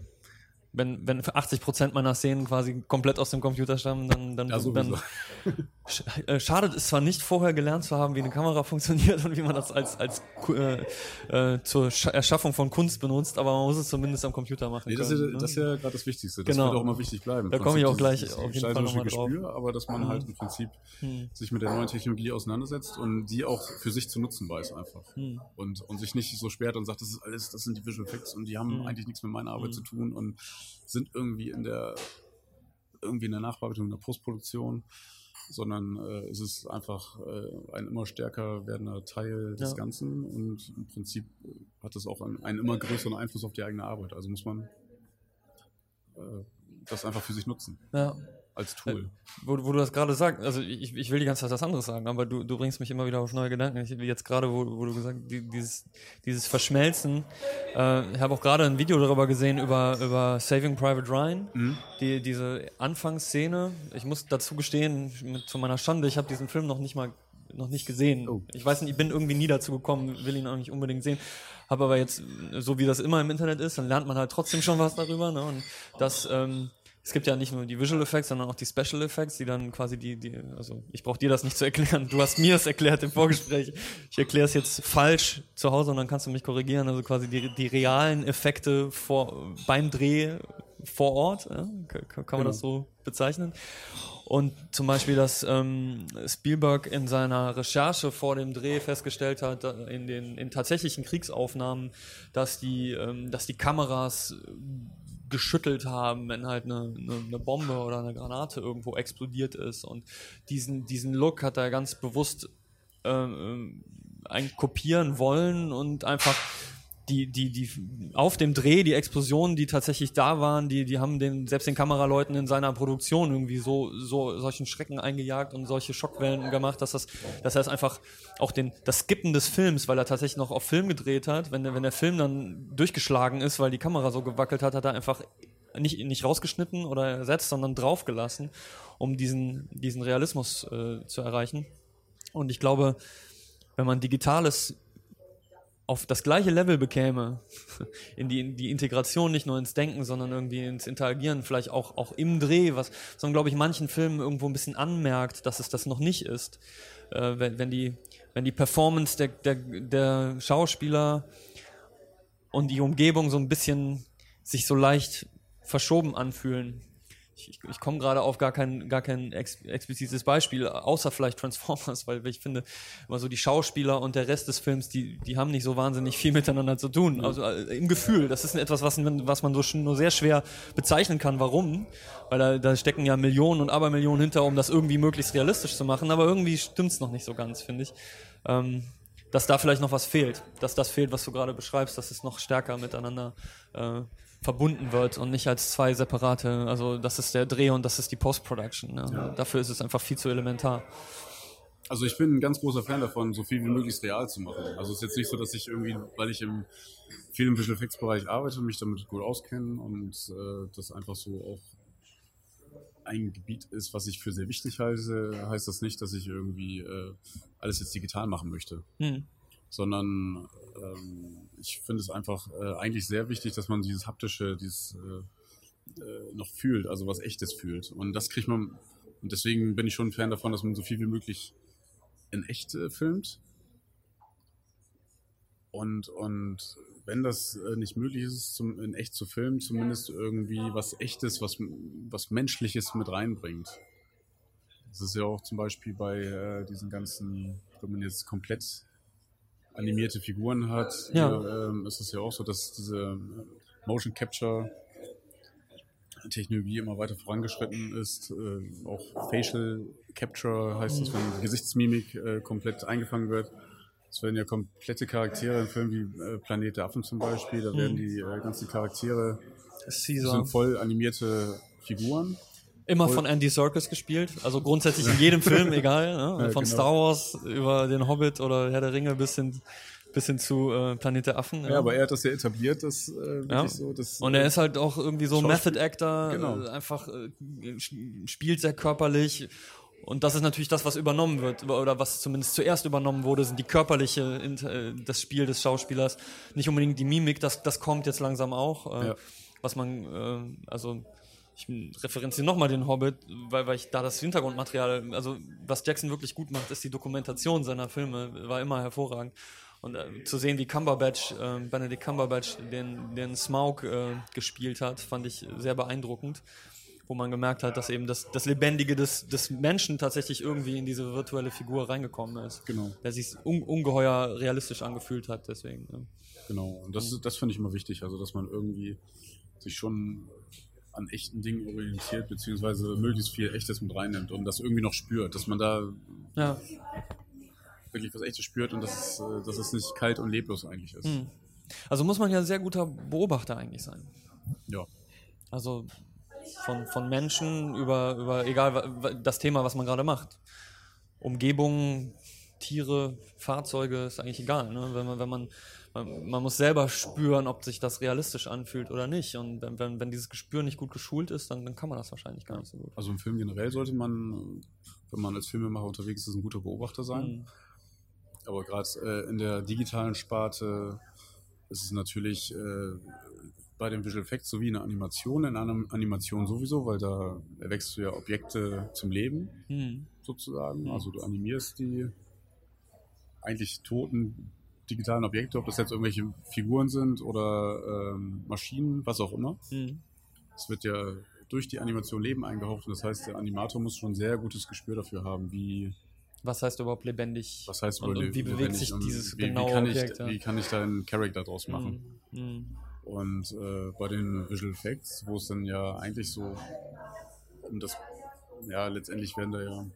wenn, wenn für achtzig Prozent meiner Szenen quasi komplett aus dem Computer stammen, dann, dann, ja, dann sch- äh, schadet es zwar nicht, vorher gelernt zu haben, wie eine Kamera funktioniert und wie man das als, als äh, äh, zur Sch- Erschaffung von Kunst benutzt, aber man muss es zumindest am Computer machen nee, das können. Ist, ne? Das ist ja gerade das Wichtigste. Das genau. wird auch immer wichtig bleiben. Da komme ich auch gleich auf jeden Fall nochmal drauf. Gespür, aber dass man mhm. halt im Prinzip mhm. sich mit der neuen Technologie auseinandersetzt und die auch für sich zu nutzen weiß einfach. Mhm. Und, und sich nicht so sperrt und sagt, das ist alles, das sind die Visual Effects und die haben mhm. eigentlich nichts mit meiner Arbeit mhm. zu tun und sind irgendwie in der irgendwie in der Nachbearbeitung, in der Postproduktion, sondern äh, es ist einfach äh, ein immer stärker werdender Teil des ja. Ganzen, und im Prinzip hat das auch einen, einen immer größeren Einfluss auf die eigene Arbeit. Also muss man äh, das einfach für sich nutzen. Ja. Als Tool. Äh, wo, wo du das gerade sagst, also ich, ich will die ganze Zeit was anderes sagen, aber du, du bringst mich immer wieder auf neue Gedanken. Ich, wie jetzt gerade, wo, wo du gesagt hast, die, dieses, dieses Verschmelzen. Äh, ich habe auch gerade ein Video darüber gesehen, über, über Saving Private Ryan. Mhm. Die, diese Anfangsszene. Ich muss dazu gestehen, mit, zu meiner Schande, ich habe diesen Film noch nicht mal noch nicht gesehen. Oh. Ich weiß nicht, ich bin irgendwie nie dazu gekommen, will ihn auch nicht unbedingt sehen. Habe aber jetzt, so wie das immer im Internet ist, dann lernt man halt trotzdem schon was darüber. Ne? Und das... Ähm, Es gibt ja nicht nur die Visual Effects, sondern auch die Special Effects, die dann quasi die, die also ich brauche dir das nicht zu erklären, du hast mir es erklärt im Vorgespräch. Ich erkläre es jetzt falsch zu Hause und dann kannst du mich korrigieren. Also quasi die, die realen Effekte vor, beim Dreh vor Ort, ja? Kann man genau. das so bezeichnen? Und zum Beispiel, dass ähm, Spielberg in seiner Recherche vor dem Dreh festgestellt hat, in den in tatsächlichen Kriegsaufnahmen, dass die, ähm, dass die Kameras geschüttelt haben, wenn halt eine, eine, eine Bombe oder eine Granate irgendwo explodiert ist. Und diesen, diesen Look hat er ganz bewusst äh, eigentlich kopieren wollen und einfach die, die, die auf dem Dreh, die Explosionen, die tatsächlich da waren, die, die haben den, selbst den Kameraleuten in seiner Produktion irgendwie so, so solchen Schrecken eingejagt und solche Schockwellen gemacht, dass das, dass er es einfach auch den, das Skippen des Films, weil er tatsächlich noch auf Film gedreht hat, wenn der, wenn der Film dann durchgeschlagen ist, weil die Kamera so gewackelt hat, hat er einfach nicht, nicht rausgeschnitten oder ersetzt, sondern draufgelassen, um diesen, diesen Realismus äh, zu erreichen. Und ich glaube, wenn man Digitales auf das gleiche Level bekäme, in die, in die Integration, nicht nur ins Denken, sondern irgendwie ins Interagieren, vielleicht auch, auch im Dreh, was, sondern glaube ich manchen Filmen irgendwo ein bisschen anmerkt, dass es das noch nicht ist. Äh, wenn, wenn, die, wenn die Performance der, der, der Schauspieler und die Umgebung so ein bisschen sich so leicht verschoben anfühlen. Ich, ich, ich komme gerade auf gar kein, gar kein ex, explizites Beispiel, außer vielleicht Transformers, weil ich finde, immer so die Schauspieler und der Rest des Films, die, die haben nicht so wahnsinnig viel miteinander zu tun. Also äh, im Gefühl, das ist etwas, was, was man so sch- nur sehr schwer bezeichnen kann. Warum? Weil da, da stecken ja Millionen und Abermillionen hinter, um das irgendwie möglichst realistisch zu machen, aber irgendwie stimmt's noch nicht so ganz, finde ich. Ähm, dass da vielleicht noch was fehlt, dass das fehlt, was du gerade beschreibst, dass es noch stärker miteinander äh, verbunden wird und nicht als zwei separate, also das ist der Dreh und das ist die Post-Production. Ne? Ja. Dafür ist es einfach viel zu elementar. Also ich bin ein ganz großer Fan davon, so viel wie möglich real zu machen. Also es ist jetzt nicht so, dass ich irgendwie, weil ich im viel im Visual Effects Bereich arbeite, mich damit gut auskenne und äh, das einfach so auch ein Gebiet ist, was ich für sehr wichtig halte, heißt das nicht, dass ich irgendwie äh, alles jetzt digital machen möchte. Hm. Sondern ähm, ich finde es einfach äh, eigentlich sehr wichtig, dass man dieses haptische, dieses äh, äh, noch fühlt, also was Echtes fühlt. Und das kriegt man, und deswegen bin ich schon ein Fan davon, dass man so viel wie möglich in echt äh, filmt. Und, und wenn das äh, nicht möglich ist, zum, in echt zu filmen, zumindest irgendwie was Echtes, was, was Menschliches mit reinbringt. Das ist ja auch zum Beispiel bei äh, diesen ganzen, wenn man jetzt komplett animierte Figuren hat, ja. Hier, ähm, ist es ja auch so, dass diese Motion Capture Technologie immer weiter vorangeschritten ist. Äh, auch Facial Capture heißt es, wenn die Gesichtsmimik äh, komplett eingefangen wird. Es werden ja komplette Charaktere in Filmen wie äh, Planet der Affen zum Beispiel, da werden die äh, ganzen Charaktere sind voll animierte Figuren. Immer von Andy Serkis gespielt, also grundsätzlich in jedem Film, egal, ne? Ja, von genau. Star Wars über den Hobbit oder Herr der Ringe bis hin, bis hin zu äh, Planet der Affen. Ja. ja, aber er hat das ja etabliert, das äh, ja. so. Das, und er ist halt auch irgendwie so Method Actor, genau. äh, einfach äh, spielt sehr körperlich. Und das ist natürlich das, was übernommen wird, oder was zumindest zuerst übernommen wurde, sind die körperliche, das Spiel des Schauspielers, nicht unbedingt die Mimik, das, das kommt jetzt langsam auch, ja. was man, also ich referenziere nochmal den Hobbit, weil, weil ich da das Hintergrundmaterial, also was Jackson wirklich gut macht, ist die Dokumentation seiner Filme, war immer hervorragend. Und äh, zu sehen, wie Cumberbatch, äh, Benedict Cumberbatch den, den Smaug äh, gespielt hat, fand ich sehr beeindruckend. Wo man gemerkt hat, dass eben das, das Lebendige des, des Menschen tatsächlich irgendwie in diese virtuelle Figur reingekommen ist. Genau. Der sich un, ungeheuer realistisch angefühlt hat, deswegen. Ja. Genau, und das, das finde ich immer wichtig, also dass man irgendwie sich schon an echten Dingen orientiert, beziehungsweise möglichst viel Echtes mit reinnimmt und das irgendwie noch spürt, dass man da ja. wirklich was Echtes spürt und dass es, dass es nicht kalt und leblos eigentlich ist. Hm. Also muss man ja ein sehr guter Beobachter eigentlich sein. Ja. Also Von, von Menschen über, über, egal, das Thema, was man gerade macht. Umgebung, Tiere, Fahrzeuge, ist eigentlich egal. Ne? Wenn man, wenn man, man, man muss selber spüren, ob sich das realistisch anfühlt oder nicht. Und wenn, wenn, wenn dieses Gespür nicht gut geschult ist, dann, dann kann man das wahrscheinlich gar nicht so gut. Also im Film generell sollte man, wenn man als Filmemacher unterwegs ist, ein guter Beobachter sein. Mhm. Aber gerade äh, in der digitalen Sparte ist es natürlich äh, bei den Visual Effects sowie in der Animation, in einer Animation sowieso, weil da erwächst du ja Objekte zum Leben, hm. sozusagen. Hm. Also du animierst die eigentlich toten digitalen Objekte, ob das jetzt irgendwelche Figuren sind oder ähm, Maschinen, was auch immer. Hm. Es wird ja durch die Animation Leben eingehaucht und das heißt, der Animator muss schon ein sehr gutes Gespür dafür haben, wie... Was heißt überhaupt lebendig? Was heißt und, überhaupt und wie bewegt sich dieses wie, genaue wie kann Objekt? Ich, ja. Wie kann ich da einen Charakter draus machen? Hm. Hm. Und äh, bei den Visual Effects, wo es dann ja eigentlich so um das, ja, letztendlich werden da ja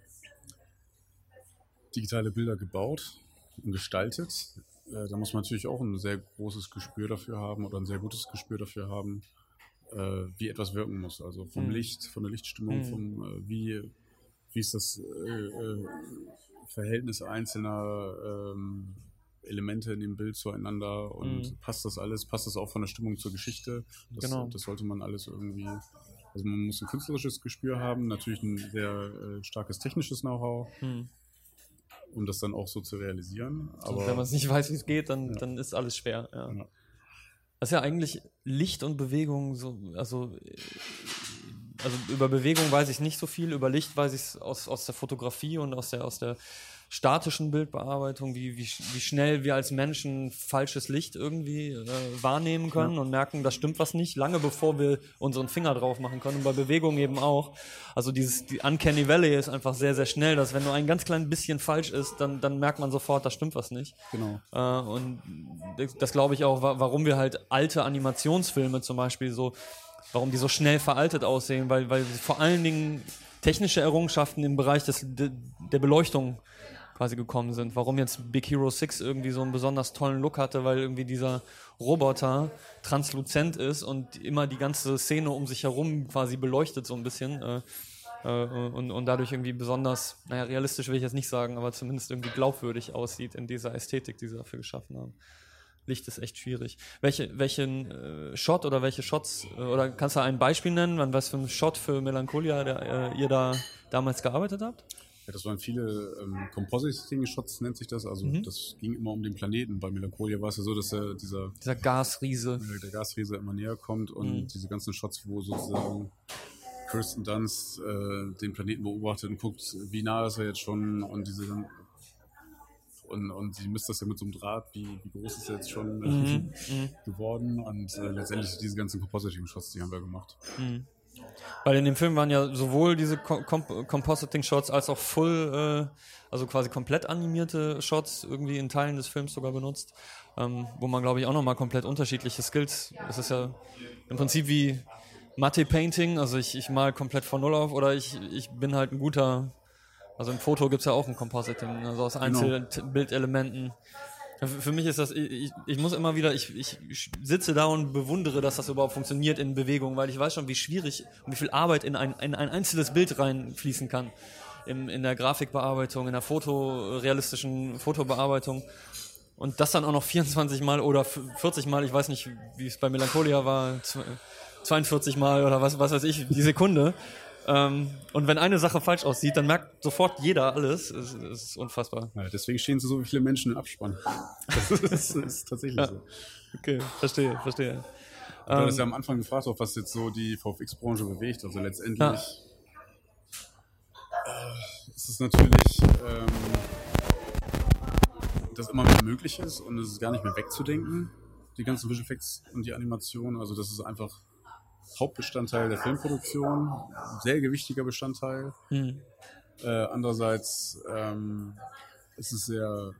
digitale Bilder gebaut und gestaltet. Äh, da muss man natürlich auch ein sehr großes Gespür dafür haben oder ein sehr gutes Gespür dafür haben, äh, wie etwas wirken muss. Also vom mhm. Licht, von der Lichtstimmung, mhm. vom äh, wie, wie ist das äh, äh, Verhältnis einzelner ähm, Elemente in dem Bild zueinander und mhm. passt das alles, passt das auch von der Stimmung zur Geschichte. Das, genau. das sollte man alles irgendwie, also man muss ein künstlerisches Gespür haben, natürlich ein sehr äh, starkes technisches Know-how, mhm. um das dann auch so zu realisieren. Aber und wenn man es nicht weiß, wie es geht, dann, ja. dann ist alles schwer. Ja. Ja. Das ist ja eigentlich Licht und Bewegung, so, also, also über Bewegung weiß ich nicht so viel, über Licht weiß ich es aus, aus der Fotografie und aus der, aus der statischen Bildbearbeitung, wie, wie, wie schnell wir als Menschen falsches Licht irgendwie äh, wahrnehmen können ja. und merken, da stimmt was nicht, lange bevor wir unseren Finger drauf machen können. Und bei Bewegung eben auch. Also dieses die Uncanny Valley ist einfach sehr, sehr schnell, dass wenn nur ein ganz klein bisschen falsch ist, dann, dann merkt man sofort, da stimmt was nicht. Genau. Äh, und das, das glaube ich auch, warum wir halt alte Animationsfilme zum Beispiel so, warum die so schnell veraltet aussehen, weil, weil vor allen Dingen technische Errungenschaften im Bereich des, de, der Beleuchtung quasi gekommen sind. Warum jetzt Big Hero six irgendwie so einen besonders tollen Look hatte, weil irgendwie dieser Roboter transluzent ist und immer die ganze Szene um sich herum quasi beleuchtet so ein bisschen äh, äh, und, und dadurch irgendwie besonders, naja, realistisch will ich jetzt nicht sagen, aber zumindest irgendwie glaubwürdig aussieht in dieser Ästhetik, die sie dafür geschaffen haben. Licht ist echt schwierig. Welche, welchen äh, Shot oder welche Shots, äh, oder kannst du ein Beispiel nennen, an was für ein Shot für Melancholia der, äh, ihr da damals gearbeitet habt? Ja, das waren viele ähm, Compositing-Shots, nennt sich das. Also mhm. das ging immer um den Planeten. Bei Melancholia war es ja so, dass er dieser, dieser Gasriese äh, der Gasriese immer näher kommt und mhm. diese ganzen Shots, wo sozusagen Kirsten Dunst äh, den Planeten beobachtet und guckt, wie nah ist er jetzt schon und diese und, und sie misst das ja mit so einem Draht, wie, wie groß ist er jetzt schon mhm. geworden und äh, letztendlich diese ganzen Compositing-Shots, die haben wir gemacht. Mhm. Weil in dem Film waren ja sowohl diese Com- Compositing-Shots als auch full, äh, also quasi komplett animierte Shots irgendwie in Teilen des Films sogar benutzt, ähm, wo man, glaube ich, auch nochmal komplett unterschiedliche Skills, es ist ja im Prinzip wie Matte-Painting, also ich, ich mal komplett von Null auf oder ich, ich bin halt ein guter, also im Foto gibt es ja auch ein Compositing, also aus einzelnen genau. Bildelementen. Für mich ist das, ich, ich muss immer wieder, ich, ich sitze da und bewundere, dass das überhaupt funktioniert in Bewegung, weil ich weiß schon, wie schwierig und wie viel Arbeit in ein, in ein einzelnes Bild reinfließen kann. In, in der Grafikbearbeitung, in der fotorealistischen Fotobearbeitung. Und das dann auch noch vierundzwanzig Mal oder vierzig Mal, ich weiß nicht, wie es bei Melancholia war, zweiundvierzig Mal oder was, was weiß ich, die Sekunde. Ähm, und wenn eine Sache falsch aussieht, dann merkt sofort jeder alles. Es, es ist unfassbar. Ja, deswegen stehen so viele Menschen im Abspann. Das ist, das ist tatsächlich ja. so. Okay, verstehe, verstehe. Du hattest ja am Anfang gefragt, auch was jetzt so die V F X-Branche bewegt. Also letztendlich ja. äh, ist es natürlich, ähm, dass immer mehr möglich ist und es ist gar nicht mehr wegzudenken, die ganzen Visual Effects und die Animation. Also das ist einfach Hauptbestandteil der Filmproduktion, sehr gewichtiger Bestandteil. Mhm. Äh, andererseits ähm, ist es sehr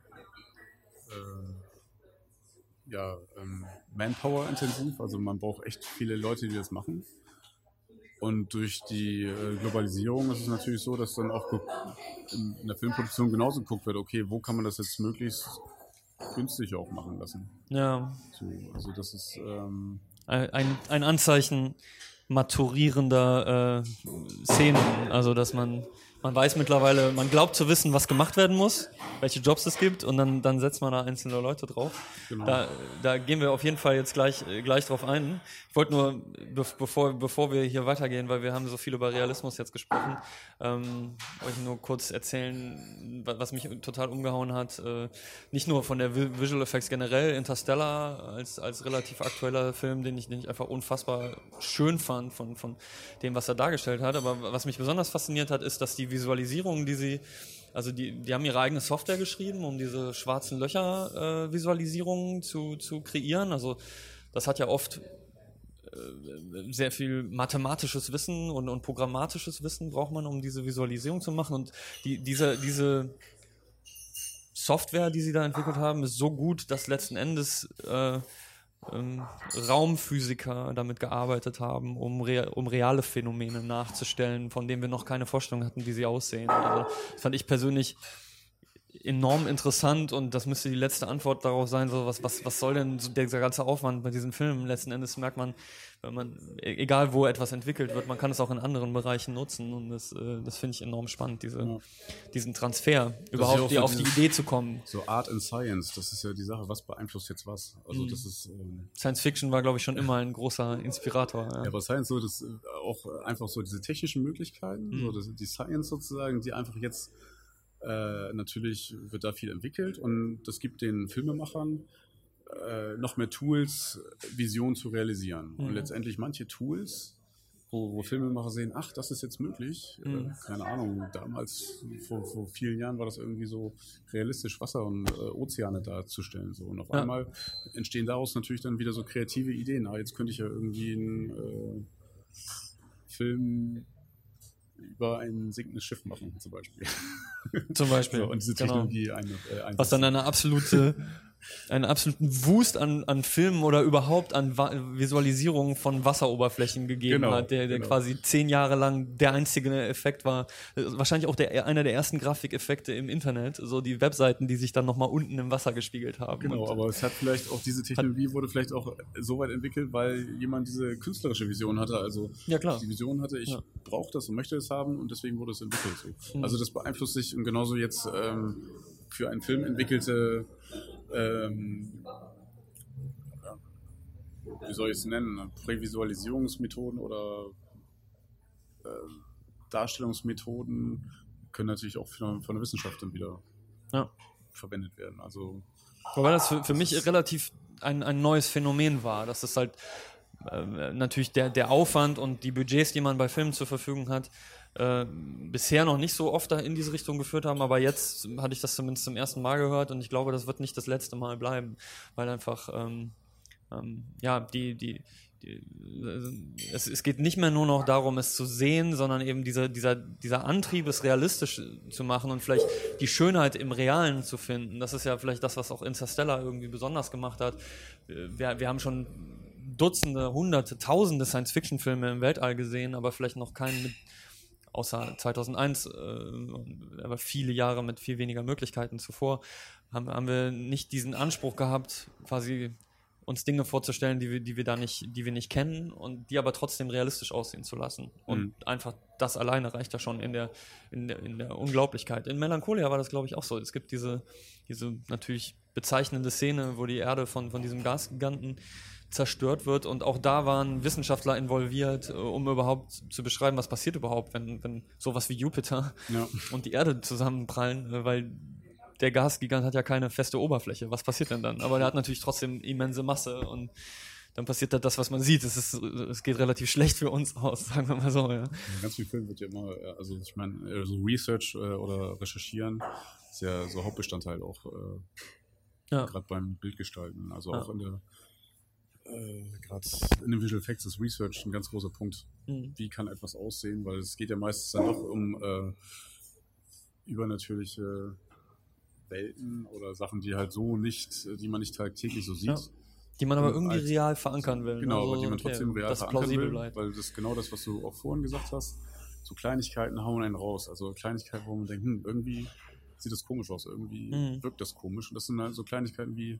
äh, ja, ähm, Manpower-intensiv, also man braucht echt viele Leute, die das machen. Und durch die äh, Globalisierung ist es natürlich so, dass dann auch in, in der Filmproduktion genauso geguckt wird, okay, wo kann man das jetzt möglichst günstig auch machen lassen. Ja. So, also das ist ähm, Ein, ein Anzeichen maturierender äh, Szenen, also dass man man weiß mittlerweile, man glaubt zu wissen, was gemacht werden muss, welche Jobs es gibt und dann, dann setzt man da einzelne Leute drauf. Genau. Da, da gehen wir auf jeden Fall jetzt gleich, gleich drauf ein. Ich wollte nur, be- bevor, bevor wir hier weitergehen, weil wir haben so viel über Realismus jetzt gesprochen, ähm, euch nur kurz erzählen, was mich total umgehauen hat. Äh, nicht nur von der Visual Effects generell, Interstellar als, als relativ aktueller Film, den ich, den ich einfach unfassbar schön fand von, von dem, was er dargestellt hat. Aber was mich besonders fasziniert hat, ist, dass die Visualisierung, die sie, also die, die haben ihre eigene Software geschrieben, um diese schwarzen Löcher-Visualisierungen äh, zu, zu kreieren. Also das hat ja oft äh, sehr viel mathematisches Wissen und, und programmatisches Wissen braucht man, um diese Visualisierung zu machen. Und die, diese, diese Software, die sie da entwickelt haben, ist so gut, dass letzten Endes äh, ähm, Raumphysiker damit gearbeitet haben, um, rea- um reale Phänomene nachzustellen, von denen wir noch keine Vorstellung hatten, wie sie aussehen. Also, das fand ich persönlich enorm interessant und das müsste die letzte Antwort darauf sein, so was, was, was soll denn so dieser ganze Aufwand bei diesen Filmen? Letzten Endes merkt man, wenn man, egal wo etwas entwickelt wird, man kann es auch in anderen Bereichen nutzen und das, äh, das finde ich enorm spannend, diese, ja. diesen Transfer, das überhaupt die, so auf die Idee zu kommen. So Art and Science, das ist ja die Sache, was beeinflusst jetzt was? Also mhm. das ist ähm, Science Fiction war, glaube ich, schon immer ein großer Inspirator. Ja, ja aber Science so, das auch einfach so diese technischen Möglichkeiten, mhm. so das, die Science sozusagen, die einfach jetzt Äh, natürlich wird da viel entwickelt und das gibt den Filmemachern äh, noch mehr Tools, Visionen zu realisieren. Mhm. Und letztendlich manche Tools, wo, wo Filmemacher sehen, ach, das ist jetzt möglich. Mhm. Äh, keine Ahnung, damals, vor, vor vielen Jahren war das irgendwie so realistisch, Wasser und äh, Ozeane darzustellen. So. Und auf ja. einmal entstehen daraus natürlich dann wieder so kreative Ideen. Ah, jetzt könnte ich ja irgendwie einen äh, Film über ein sinkendes Schiff machen, zum Beispiel. Zum Beispiel. So, und diese Technologie genau. eine, äh, was dann eine absolute, einen absoluten Wust an, an Filmen oder überhaupt an Va- Visualisierungen von Wasseroberflächen gegeben genau, hat, der, der genau. quasi zehn Jahre lang der einzige Effekt war. Wahrscheinlich auch der, einer der ersten Grafikeffekte im Internet, so die Webseiten, die sich dann nochmal unten im Wasser gespiegelt haben. Genau, und aber es hat vielleicht auch, diese Technologie hat, wurde vielleicht auch so weit entwickelt, weil jemand diese künstlerische Vision hatte, also ja, klar. die Vision hatte, ich ja. brauche das und möchte es haben und deswegen wurde es entwickelt. So. Mhm. Also das beeinflusst sich und genauso jetzt ähm, für einen Film entwickelte ähm, ja, wie soll ich es nennen, Prävisualisierungsmethoden oder äh, Darstellungsmethoden können natürlich auch von, von der Wissenschaft dann wieder ja. verwendet werden. Also, wobei das für, für mich ist relativ ein, ein neues Phänomen war, dass es halt äh, natürlich der, der Aufwand und die Budgets, die man bei Filmen zur Verfügung hat, äh, bisher noch nicht so oft da in diese Richtung geführt haben, aber jetzt hatte ich das zumindest zum ersten Mal gehört und ich glaube, das wird nicht das letzte Mal bleiben, weil einfach ähm, ähm, ja, die, die, die es, es geht nicht mehr nur noch darum, es zu sehen, sondern eben dieser, dieser, dieser Antrieb, es realistisch zu machen und vielleicht die Schönheit im Realen zu finden. Das ist ja vielleicht das, was auch Interstellar irgendwie besonders gemacht hat. Wir, wir haben schon Dutzende, Hunderte, Tausende Science-Fiction-Filme im Weltall gesehen, aber vielleicht noch keinen mit außer zweitausendeins, äh, aber viele Jahre mit viel weniger Möglichkeiten zuvor, haben, haben wir nicht diesen Anspruch gehabt, quasi uns Dinge vorzustellen, die wir, die wir da nicht, die wir nicht kennen und die aber trotzdem realistisch aussehen zu lassen. Und mhm. einfach das alleine reicht ja schon in der, in der, in der Unglaublichkeit. In Melancholia war das, glaube ich, auch so. Es gibt diese, diese natürlich bezeichnende Szene, wo die Erde von, von diesem Gasgiganten zerstört wird und auch da waren Wissenschaftler involviert, um überhaupt zu beschreiben, was passiert überhaupt, wenn, wenn sowas wie Jupiter ja. und die Erde zusammenprallen, weil der Gasgigant hat ja keine feste Oberfläche. Was passiert denn dann? Aber der hat natürlich trotzdem immense Masse und dann passiert da das, was man sieht. Es ist, es geht relativ schlecht für uns aus, sagen wir mal so. Ja. Ganz viel Film wird ja immer, also ich meine, so Research oder Recherchieren ist ja so Hauptbestandteil auch äh, ja. gerade beim Bildgestalten. Also auch ja. in der Äh, gerade in den Visual Effects ist Research ein ganz großer Punkt. Mhm. Wie kann etwas aussehen? Weil es geht ja meistens dann doch um äh, übernatürliche Welten oder Sachen, die halt so nicht, die man nicht tagtäglich so sieht. Ja. Die man aber und irgendwie als, real verankern will. Genau, also, aber die man trotzdem okay, real verankern will, bleibt. Weil das ist genau das, was du auch vorhin gesagt hast. So Kleinigkeiten hauen einen raus. Also Kleinigkeiten, wo man denkt, hm, irgendwie sieht das komisch aus, irgendwie mhm. wirkt das komisch. Und das sind halt so Kleinigkeiten wie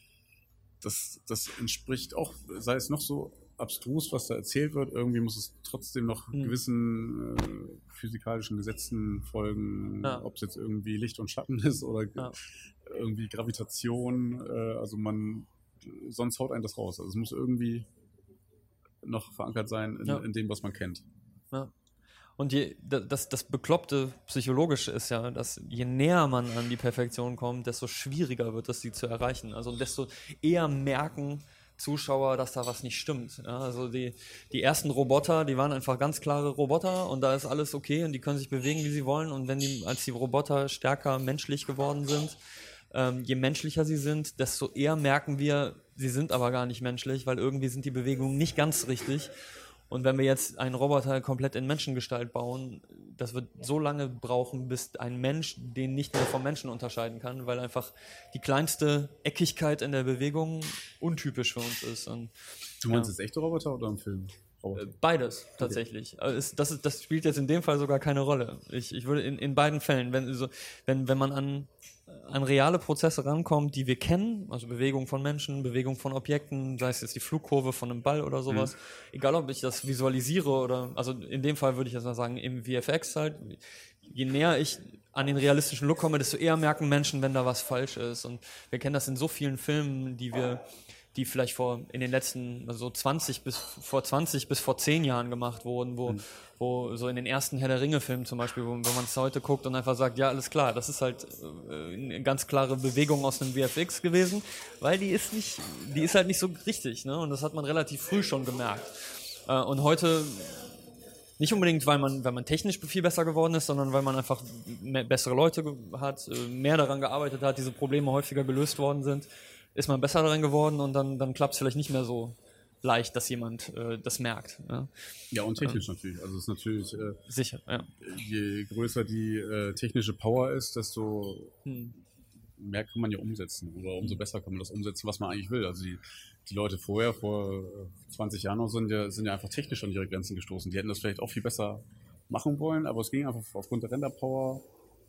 Das, das entspricht auch, sei es noch so abstrus, was da erzählt wird, irgendwie muss es trotzdem noch mhm. gewissen äh, physikalischen Gesetzen folgen, ja. ob es jetzt irgendwie Licht und Schatten ist oder ja. irgendwie Gravitation, äh, also man, sonst haut einen das raus. Also es muss irgendwie noch verankert sein in, ja. in dem, was man kennt. Ja. Und je, das, das Bekloppte Psychologische ist ja, dass je näher man an die Perfektion kommt, desto schwieriger wird es, sie zu erreichen. Also desto eher merken Zuschauer, dass da was nicht stimmt. Ja, also die, die ersten Roboter, die waren einfach ganz klare Roboter und da ist alles okay und die können sich bewegen, wie sie wollen. Und wenn die, als die Roboter stärker menschlich geworden sind, ähm, je menschlicher sie sind, desto eher merken wir, sie sind aber gar nicht menschlich, weil irgendwie sind die Bewegungen nicht ganz richtig. Und wenn wir jetzt einen Roboter komplett in Menschengestalt bauen, das wird so lange brauchen, bis ein Mensch den nicht mehr vom Menschen unterscheiden kann, weil einfach die kleinste Eckigkeit in der Bewegung untypisch für uns ist. Und, du meinst ja. jetzt echte Roboter oder im Film? Roboter? Beides, tatsächlich. Okay. Das, das, das spielt jetzt in dem Fall sogar keine Rolle. Ich, ich würde in, in beiden Fällen, wenn, so, wenn, wenn man an an reale Prozesse rankommt, die wir kennen, also Bewegung von Menschen, Bewegung von Objekten, sei es jetzt die Flugkurve von einem Ball oder sowas, mhm. egal ob ich das visualisiere oder, also in dem Fall würde ich jetzt mal sagen, im V F X halt, je näher ich an den realistischen Look komme, desto eher merken Menschen, wenn da was falsch ist. Und wir kennen das in so vielen Filmen, die wir die vielleicht vor in den letzten also so zwanzig bis vor zwanzig bis vor zehn Jahren gemacht wurden, wo, mhm. wo so in den ersten Herr der Ringe-Filmen zum Beispiel, wo, wo man es heute guckt und einfach sagt, ja, alles klar, das ist halt äh, eine ganz klare Bewegung aus einem V F X gewesen, weil die ist nicht, die ist halt nicht so richtig, ne? Und das hat man relativ früh schon gemerkt. Äh, und heute nicht unbedingt, weil man, weil man technisch viel besser geworden ist, sondern weil man einfach mehr, bessere Leute hat, mehr daran gearbeitet hat, diese Probleme häufiger gelöst worden sind, ist man besser darin geworden und dann, dann klappt es vielleicht nicht mehr so leicht, dass jemand äh, das merkt. Ja, ja und technisch ähm, natürlich. Also es ist natürlich äh, sicher, ja. Je größer die äh, technische Power ist, desto hm. mehr kann man ja umsetzen oder umso besser kann man das umsetzen, was man eigentlich will. Also die, die Leute vorher, vor zwanzig Jahren noch, sind ja, sind ja einfach technisch an ihre Grenzen gestoßen. Die hätten das vielleicht auch viel besser machen wollen, aber es ging einfach aufgrund der Renderpower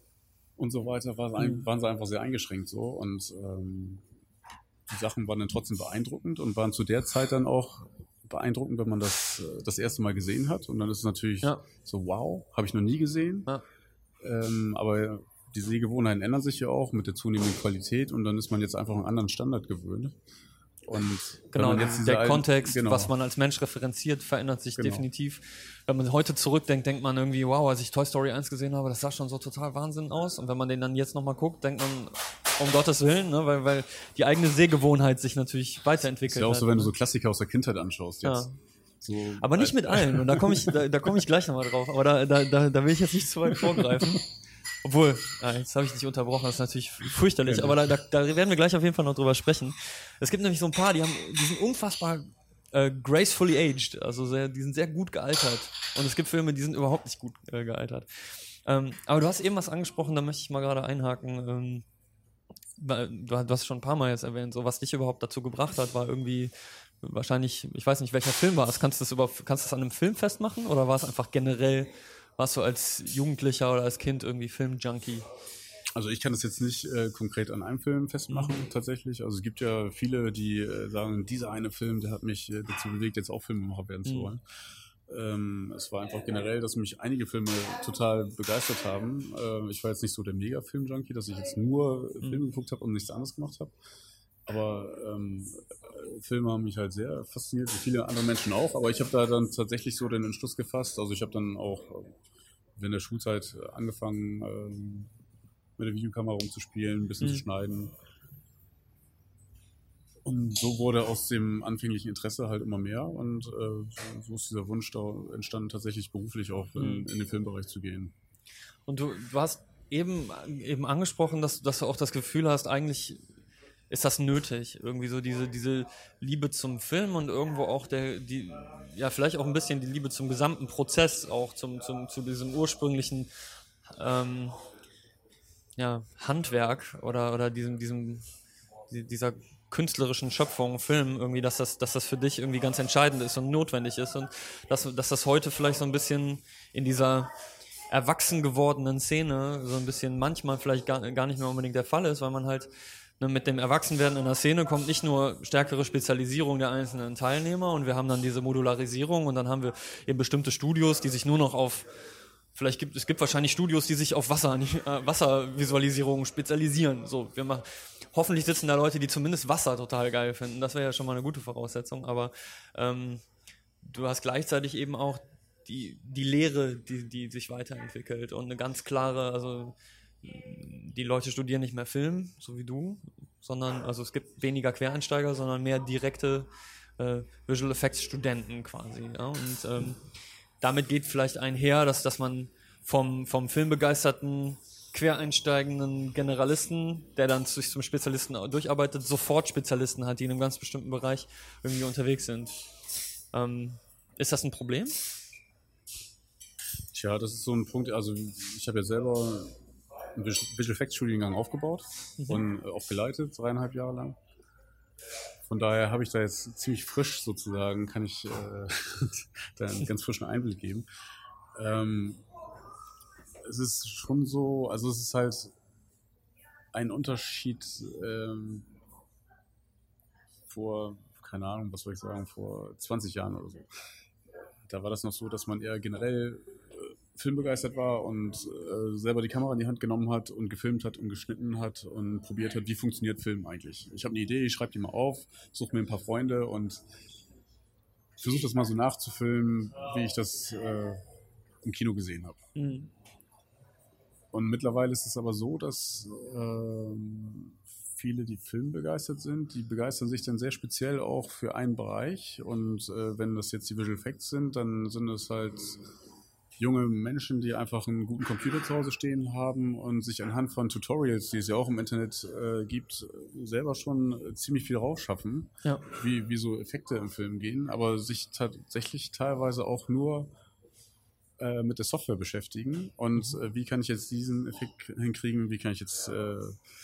und so weiter, war, hm. waren sie einfach sehr eingeschränkt so und ähm, die Sachen waren dann trotzdem beeindruckend und waren zu der Zeit dann auch beeindruckend, wenn man das das erste Mal gesehen hat. Und dann ist es natürlich ja. so, wow, habe ich noch nie gesehen. Ja. Ähm, aber die Sehgewohnheiten ändern sich ja auch mit der zunehmenden Qualität und dann ist man jetzt einfach einen anderen Standard gewöhnt. Und genau, jetzt der alten, Kontext, genau. was man als Mensch referenziert, verändert sich genau. definitiv. Wenn man heute zurückdenkt, denkt man irgendwie, wow, als ich Toy Story eins gesehen habe, das sah schon so total Wahnsinn aus. Und wenn man den dann jetzt nochmal guckt, denkt man, um Gottes Willen, ne, weil, weil die eigene Sehgewohnheit sich natürlich weiterentwickelt hat. Ist ja auch so, wenn du so Klassiker aus der Kindheit anschaust jetzt. Ja. So aber nicht mit allen, und da komme ich, da, da komme ich gleich nochmal drauf. Aber da, da, da, da will ich jetzt nicht zu weit vorgreifen. Obwohl, ah, jetzt habe ich dich unterbrochen, das ist natürlich fürchterlich, ja, aber da, da, da werden wir gleich auf jeden Fall noch drüber sprechen. Es gibt nämlich so ein paar, die haben, die sind unfassbar äh, gracefully aged, also sehr, die sind sehr gut gealtert. Und es gibt Filme, die sind überhaupt nicht gut äh, gealtert. Ähm, aber du hast eben was angesprochen, da möchte ich mal gerade einhaken. Ähm, du hast schon ein paar Mal jetzt erwähnt, so was dich überhaupt dazu gebracht hat, war irgendwie wahrscheinlich, ich weiß nicht, welcher Film war es. Kannst du das überhaupt, kannst du das an einem Film festmachen oder war es einfach generell, warst du als Jugendlicher oder als Kind irgendwie Film-Junkie? Also ich kann das jetzt nicht äh, konkret an einem Film festmachen, mhm. tatsächlich. Also es gibt ja viele, die äh, sagen, dieser eine Film, der hat mich äh, dazu bewegt, jetzt auch Filmemacher werden zu wollen. Mhm. Ähm, es war einfach generell, dass mich einige Filme total begeistert haben. Äh, ich war jetzt nicht so der Mega-Film-Junkie, dass ich jetzt nur mhm. Filme geguckt habe und nichts anderes gemacht habe. Aber ähm, Filme haben mich halt sehr fasziniert, wie viele andere Menschen auch. Aber ich habe da dann tatsächlich so den Entschluss gefasst. Also ich habe dann auch in der Schulzeit angefangen, ähm, mit der Videokamera rumzuspielen, ein bisschen mhm. zu schneiden. Und so wurde aus dem anfänglichen Interesse halt immer mehr. Und äh, so ist dieser Wunsch da entstanden, tatsächlich beruflich auch in, in den Filmbereich zu gehen. Und du, du hast eben, eben angesprochen, dass, dass du auch das Gefühl hast, eigentlich ist das nötig, irgendwie so diese, diese Liebe zum Film und irgendwo auch der, die, ja, vielleicht auch ein bisschen die Liebe zum gesamten Prozess, auch zum, zum, zu diesem ursprünglichen, ähm, ja, Handwerk oder, oder diesem, diesem, dieser künstlerischen Schöpfung, Film, irgendwie, dass das, dass das für dich irgendwie ganz entscheidend ist und notwendig ist und dass, dass das heute vielleicht so ein bisschen in dieser erwachsen gewordenen Szene so ein bisschen manchmal vielleicht gar, gar nicht mehr unbedingt der Fall ist, weil man halt mit dem Erwachsenwerden in der Szene kommt nicht nur stärkere Spezialisierung der einzelnen Teilnehmer und wir haben dann diese Modularisierung und dann haben wir eben bestimmte Studios, die sich nur noch auf, vielleicht gibt es gibt wahrscheinlich Studios, die sich auf Wasser, äh, Wasservisualisierung spezialisieren. So, wir machen, hoffentlich sitzen da Leute, die zumindest Wasser total geil finden. Das wäre ja schon mal eine gute Voraussetzung, aber ähm, du hast gleichzeitig eben auch die, die Lehre, die, die sich weiterentwickelt und eine ganz klare, also die Leute studieren nicht mehr Film, so wie du, sondern, also es gibt weniger Quereinsteiger, sondern mehr direkte äh, Visual Effects Studenten quasi. Ja? Und ähm, damit geht vielleicht einher, dass, dass man vom, vom filmbegeisterten, quereinsteigenden Generalisten, der dann sich zum Spezialisten durcharbeitet, sofort Spezialisten hat, die in einem ganz bestimmten Bereich irgendwie unterwegs sind. Ähm, Ist das ein Problem? Tja, das ist so ein Punkt, also ich habe ja selber einen Visual Effects Studiengang aufgebaut mhm. und auch geleitet, dreieinhalb Jahre lang. Von daher habe ich da jetzt ziemlich frisch sozusagen, kann ich äh, da einen ganz frischen Einblick geben. Ähm, es ist schon so, also es ist halt ein Unterschied ähm, vor, keine Ahnung, was soll ich sagen, vor zwanzig Jahren oder so. Da war das noch so, dass man eher generell äh, filmbegeistert war und äh, selber die Kamera in die Hand genommen hat und gefilmt hat und geschnitten hat und probiert hat, wie funktioniert Film eigentlich. Ich habe eine Idee, ich schreibe die mal auf, suche mir ein paar Freunde und versuche das mal so nachzufilmen, wie ich das äh, im Kino gesehen habe. Mhm. Und mittlerweile ist es aber so, dass äh, viele, die filmbegeistert sind, die begeistern sich dann sehr speziell auch für einen Bereich. Und äh, wenn das jetzt die Visual Effects sind, dann sind es halt junge Menschen, die einfach einen guten Computer zu Hause stehen haben und sich anhand von Tutorials, die es ja auch im Internet äh, gibt, selber schon ziemlich viel rausschaffen, ja. wie, wie so Effekte im Film gehen, aber sich tatsächlich teilweise auch nur äh, mit der Software beschäftigen. Und äh, wie kann ich jetzt diesen Effekt hinkriegen, wie kann ich jetzt äh,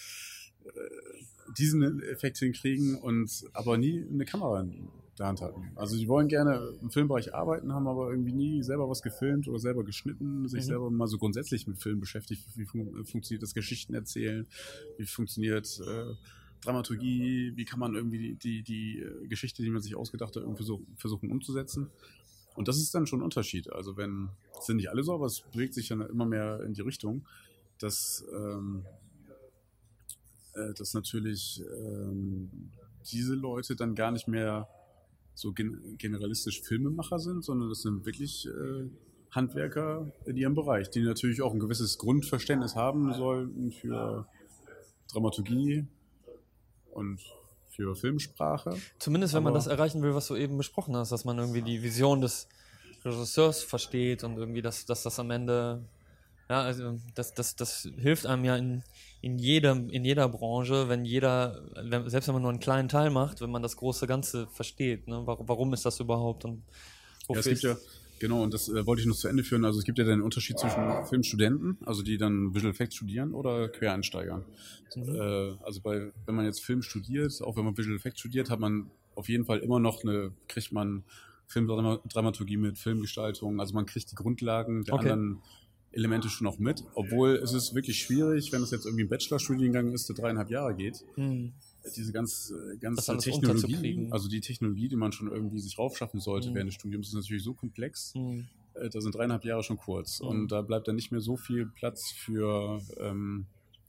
diesen Effekt hinkriegen und aber nie eine Kamera in der Hand hatten. Also die wollen gerne im Filmbereich arbeiten, haben aber irgendwie nie selber was gefilmt oder selber geschnitten, sich mhm. selber mal so grundsätzlich mit Film beschäftigt. Wie fun- funktioniert das Geschichten erzählen? Wie funktioniert äh, Dramaturgie? Wie kann man irgendwie die, die, die Geschichte, die man sich ausgedacht hat, irgendwie so versuchen umzusetzen? Und das ist dann schon ein Unterschied. Also wenn, das sind nicht alle so, aber es bewegt sich dann immer mehr in die Richtung, dass ähm, dass natürlich ähm, diese Leute dann gar nicht mehr so gen- generalistisch Filmemacher sind, sondern das sind wirklich äh, Handwerker in ihrem Bereich, die natürlich auch ein gewisses Grundverständnis haben sollten für Dramaturgie und für Filmsprache. Zumindest wenn Aber man das erreichen will, was du eben besprochen hast, dass man irgendwie die Vision des Regisseurs versteht und irgendwie, dass, dass das am Ende, ja, also das, das, das hilft einem ja in In, jedem, in jeder Branche, wenn jeder, wenn, selbst wenn man nur einen kleinen Teil macht, wenn man das große Ganze versteht, ne? Warum, warum ist das überhaupt? Und ja, es gibt ja, genau, und das äh, wollte ich noch zu Ende führen, also es gibt ja den Unterschied zwischen Filmstudenten, also die dann Visual Effects studieren, oder Quereinsteigern. Mhm. Äh, also bei, wenn man jetzt Film studiert, auch wenn man Visual Effects studiert, hat man auf jeden Fall immer noch eine, kriegt man Filmdramaturgie mit, Filmgestaltung, also man kriegt die Grundlagen der okay. anderen Elemente schon noch mit, obwohl es ist wirklich schwierig, wenn es jetzt irgendwie ein Bachelorstudiengang ist, der dreieinhalb Jahre geht, hm. diese ganz, ganze Technologie, also die Technologie, die man schon irgendwie sich raufschaffen sollte hm. während des Studiums, ist natürlich so komplex, hm. da sind dreieinhalb Jahre schon kurz hm. und da bleibt dann nicht mehr so viel Platz für ähm,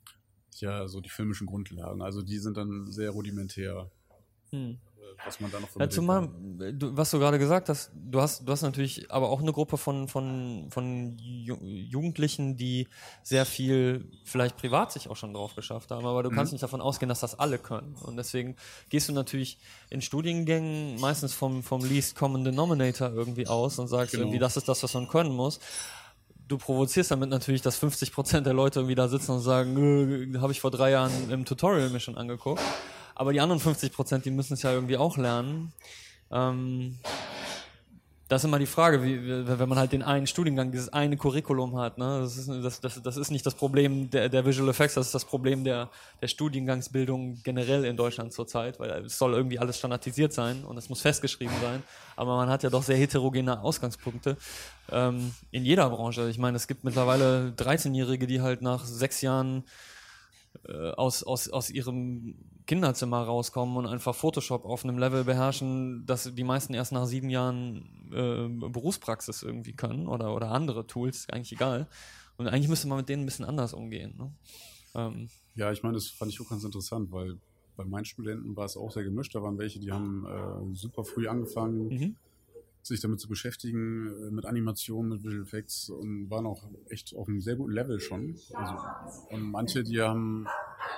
ja, so die filmischen Grundlagen, also die sind dann sehr rudimentär. Hm. Was man da noch ja, zumal, du, was du gerade gesagt hast, du hast, du hast natürlich aber auch eine Gruppe von, von, von Ju- Jugendlichen, die sehr viel vielleicht privat sich auch schon drauf geschafft haben, aber du mhm. kannst nicht davon ausgehen, dass das alle können. Und deswegen gehst du natürlich in Studiengängen meistens vom, vom Least Common Denominator irgendwie aus und sagst genau. irgendwie, das ist das, was man können muss. Du provozierst damit natürlich, dass fünfzig Prozent der Leute irgendwie da sitzen und sagen, äh, habe ich vor drei Jahren im Tutorial mir schon angeguckt. Aber die anderen fünfzig Prozent, die müssen es ja irgendwie auch lernen. Ähm, das ist immer die Frage, wie, wenn man halt den einen Studiengang, dieses eine Curriculum hat. Ne? Das ist, das, das, das ist nicht das Problem der, der Visual Effects, das ist das Problem der, der Studiengangsbildung generell in Deutschland zurzeit, weil es soll irgendwie alles standardisiert sein und es muss festgeschrieben sein. Aber man hat ja doch sehr heterogene Ausgangspunkte ähm, in jeder Branche. Ich meine, es gibt mittlerweile dreizehnjährige, die halt nach sechs Jahren Aus, aus, aus ihrem Kinderzimmer rauskommen und einfach Photoshop auf einem Level beherrschen, dass die meisten erst nach sieben Jahren äh, Berufspraxis irgendwie können oder, oder andere Tools, eigentlich egal. Und eigentlich müsste man mit denen ein bisschen anders umgehen. Ne? Ähm. Ja, ich meine, das fand ich auch ganz interessant, weil bei meinen Studenten war es auch sehr gemischt. Da waren welche, die haben äh, super früh angefangen, mhm. sich damit zu beschäftigen, mit Animationen, mit Visual Effects und waren auch echt auf einem sehr guten Level schon. Also, und manche, die haben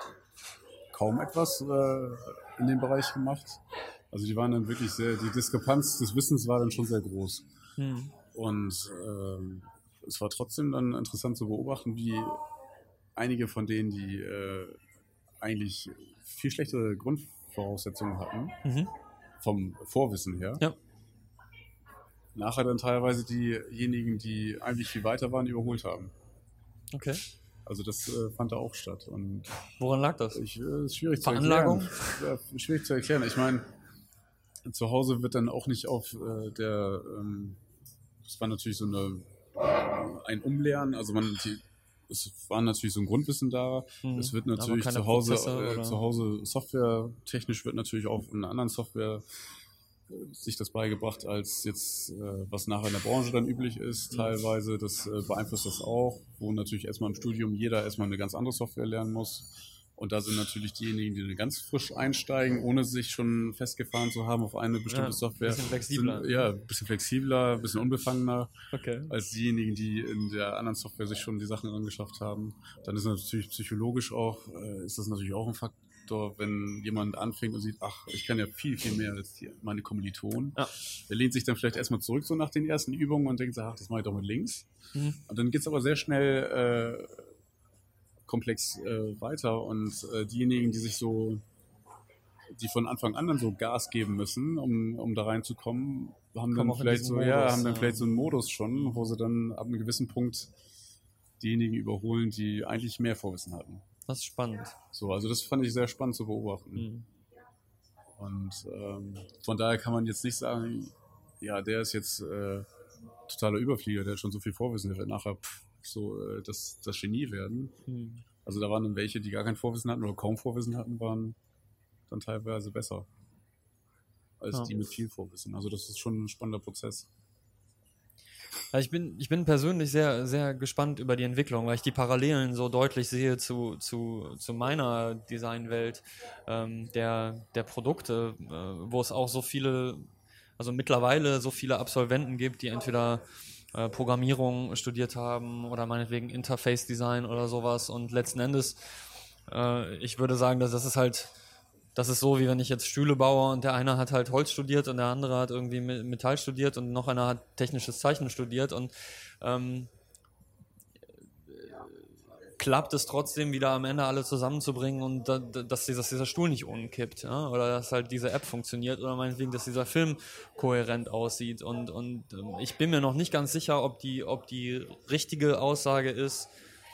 kaum etwas äh, in dem Bereich gemacht. Also die waren dann wirklich sehr, die Diskrepanz des Wissens war dann schon sehr groß. Hm. Und äh, es war trotzdem dann interessant zu beobachten, wie einige von denen, die äh, eigentlich viel schlechtere Grundvoraussetzungen hatten, mhm. vom Vorwissen her, ja. nachher dann teilweise diejenigen, die eigentlich viel weiter waren, überholt haben. Okay. Also das äh, fand da auch statt. Und woran lag das? Ich, äh, ist schwierig Veranlagung? zu erklären. Ja, schwierig zu erklären. Ich meine, zu Hause wird dann auch nicht auf äh, der, ähm, das war natürlich so eine, äh, ein Umlernen, also man, die, es war natürlich so ein Grundwissen da. Mhm. Es wird natürlich zu Hause, äh, zu Hause softwaretechnisch wird natürlich auch in einer anderen Software sich das beigebracht, als jetzt, äh, was nachher in der Branche dann üblich ist, teilweise. Das äh, beeinflusst das auch, wo natürlich erstmal im Studium jeder erstmal eine ganz andere Software lernen muss. Und da sind natürlich diejenigen, die ganz frisch einsteigen, ohne sich schon festgefahren zu haben auf eine bestimmte ja, Software. Ein bisschen flexibler. Sind, ja, ein bisschen flexibler, ein bisschen unbefangener, okay, als diejenigen, die in der anderen Software sich schon die Sachen angeschafft haben. Dann ist natürlich psychologisch auch, äh, ist das natürlich auch ein Faktor, wenn jemand anfängt und sieht, ach, ich kann ja viel, viel mehr als die, meine Kommilitonen. Ja. Der lehnt sich dann vielleicht erstmal zurück so nach den ersten Übungen und denkt, ach, das mache ich doch mit links. Mhm. Und dann geht es aber sehr schnell äh, komplex äh, weiter und äh, diejenigen, die sich so, die von Anfang an dann so Gas geben müssen, um, um da reinzukommen, haben dann vielleicht so, Modus, ja, haben dann ja. vielleicht so einen Modus schon, wo sie dann ab einem gewissen Punkt diejenigen überholen, die eigentlich mehr Vorwissen hatten. Das ist spannend. So, also das fand ich sehr spannend zu beobachten. Mhm. Und ähm, von daher kann man jetzt nicht sagen, ja, der ist jetzt äh, totaler Überflieger, der hat schon so viel Vorwissen, der wird nachher pff, so äh, das, das Genie werden. Mhm. Also da waren dann welche, die gar kein Vorwissen hatten oder kaum Vorwissen hatten, waren dann teilweise besser als ja. die mit viel Vorwissen. Also das ist schon ein spannender Prozess. Ja, ich bin, ich bin persönlich sehr, sehr gespannt über die Entwicklung, weil ich die Parallelen so deutlich sehe zu, zu, zu meiner Designwelt ähm, der, der Produkte, äh, wo es auch so viele, also mittlerweile so viele Absolventen gibt, die entweder äh, Programmierung studiert haben oder meinetwegen Interface Design oder sowas und letzten Endes, äh, ich würde sagen, dass das ist halt Das ist so, wie wenn ich jetzt Stühle baue und der eine hat halt Holz studiert und der andere hat irgendwie Metall studiert und noch einer hat technisches Zeichnen studiert und ähm, klappt es trotzdem wieder am Ende alle zusammenzubringen und da, dass, dieser, dass dieser Stuhl nicht umkippt, ja? Oder dass halt diese App funktioniert oder meinetwegen, dass dieser Film kohärent aussieht und, und ähm, ich bin mir noch nicht ganz sicher, ob die, ob die richtige Aussage ist,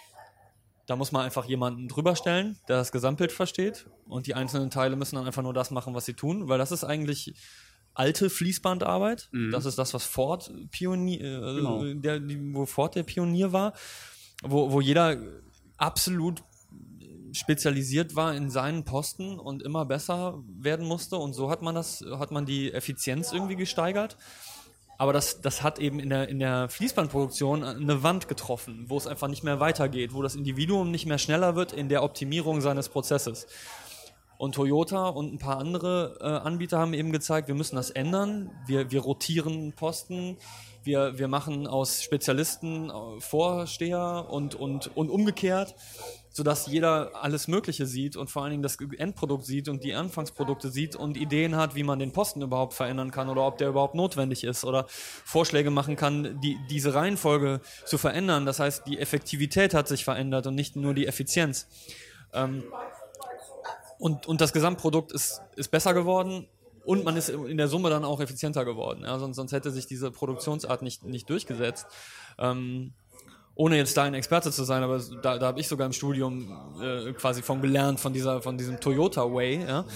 da muss man einfach jemanden drüber stellen, der das Gesamtbild versteht und die einzelnen Teile müssen dann einfach nur das machen, was sie tun, weil das ist eigentlich alte Fließbandarbeit. Mhm. Das ist das, was Ford Pionier, äh, genau. der, wo Ford der Pionier war, wo, wo jeder absolut spezialisiert war in seinen Posten und immer besser werden musste und so hat man das, hat man die Effizienz irgendwie gesteigert. Aber das, das hat eben in der, in der Fließbandproduktion eine Wand getroffen, wo es einfach nicht mehr weitergeht, wo das Individuum nicht mehr schneller wird in der Optimierung seines Prozesses. Und Toyota und ein paar andere äh, Anbieter haben eben gezeigt, wir müssen das ändern. Wir, wir rotieren Posten, wir, wir machen aus Spezialisten Vorsteher und, und, und umgekehrt, sodass jeder alles Mögliche sieht und vor allen Dingen das Endprodukt sieht und die Anfangsprodukte sieht und Ideen hat, wie man den Posten überhaupt verändern kann oder ob der überhaupt notwendig ist oder Vorschläge machen kann, die, diese Reihenfolge zu verändern. Das heißt, die Effektivität hat sich verändert und nicht nur die Effizienz. Ähm, und, und das Gesamtprodukt ist, ist besser geworden und man ist in der Summe dann auch effizienter geworden. Ja, sonst, sonst hätte sich diese Produktionsart nicht, nicht durchgesetzt. Ähm, Ohne jetzt da ein Experte zu sein, aber da, da habe ich sogar im Studium äh, quasi von gelernt, von dieser, von diesem Toyota Way. Ja?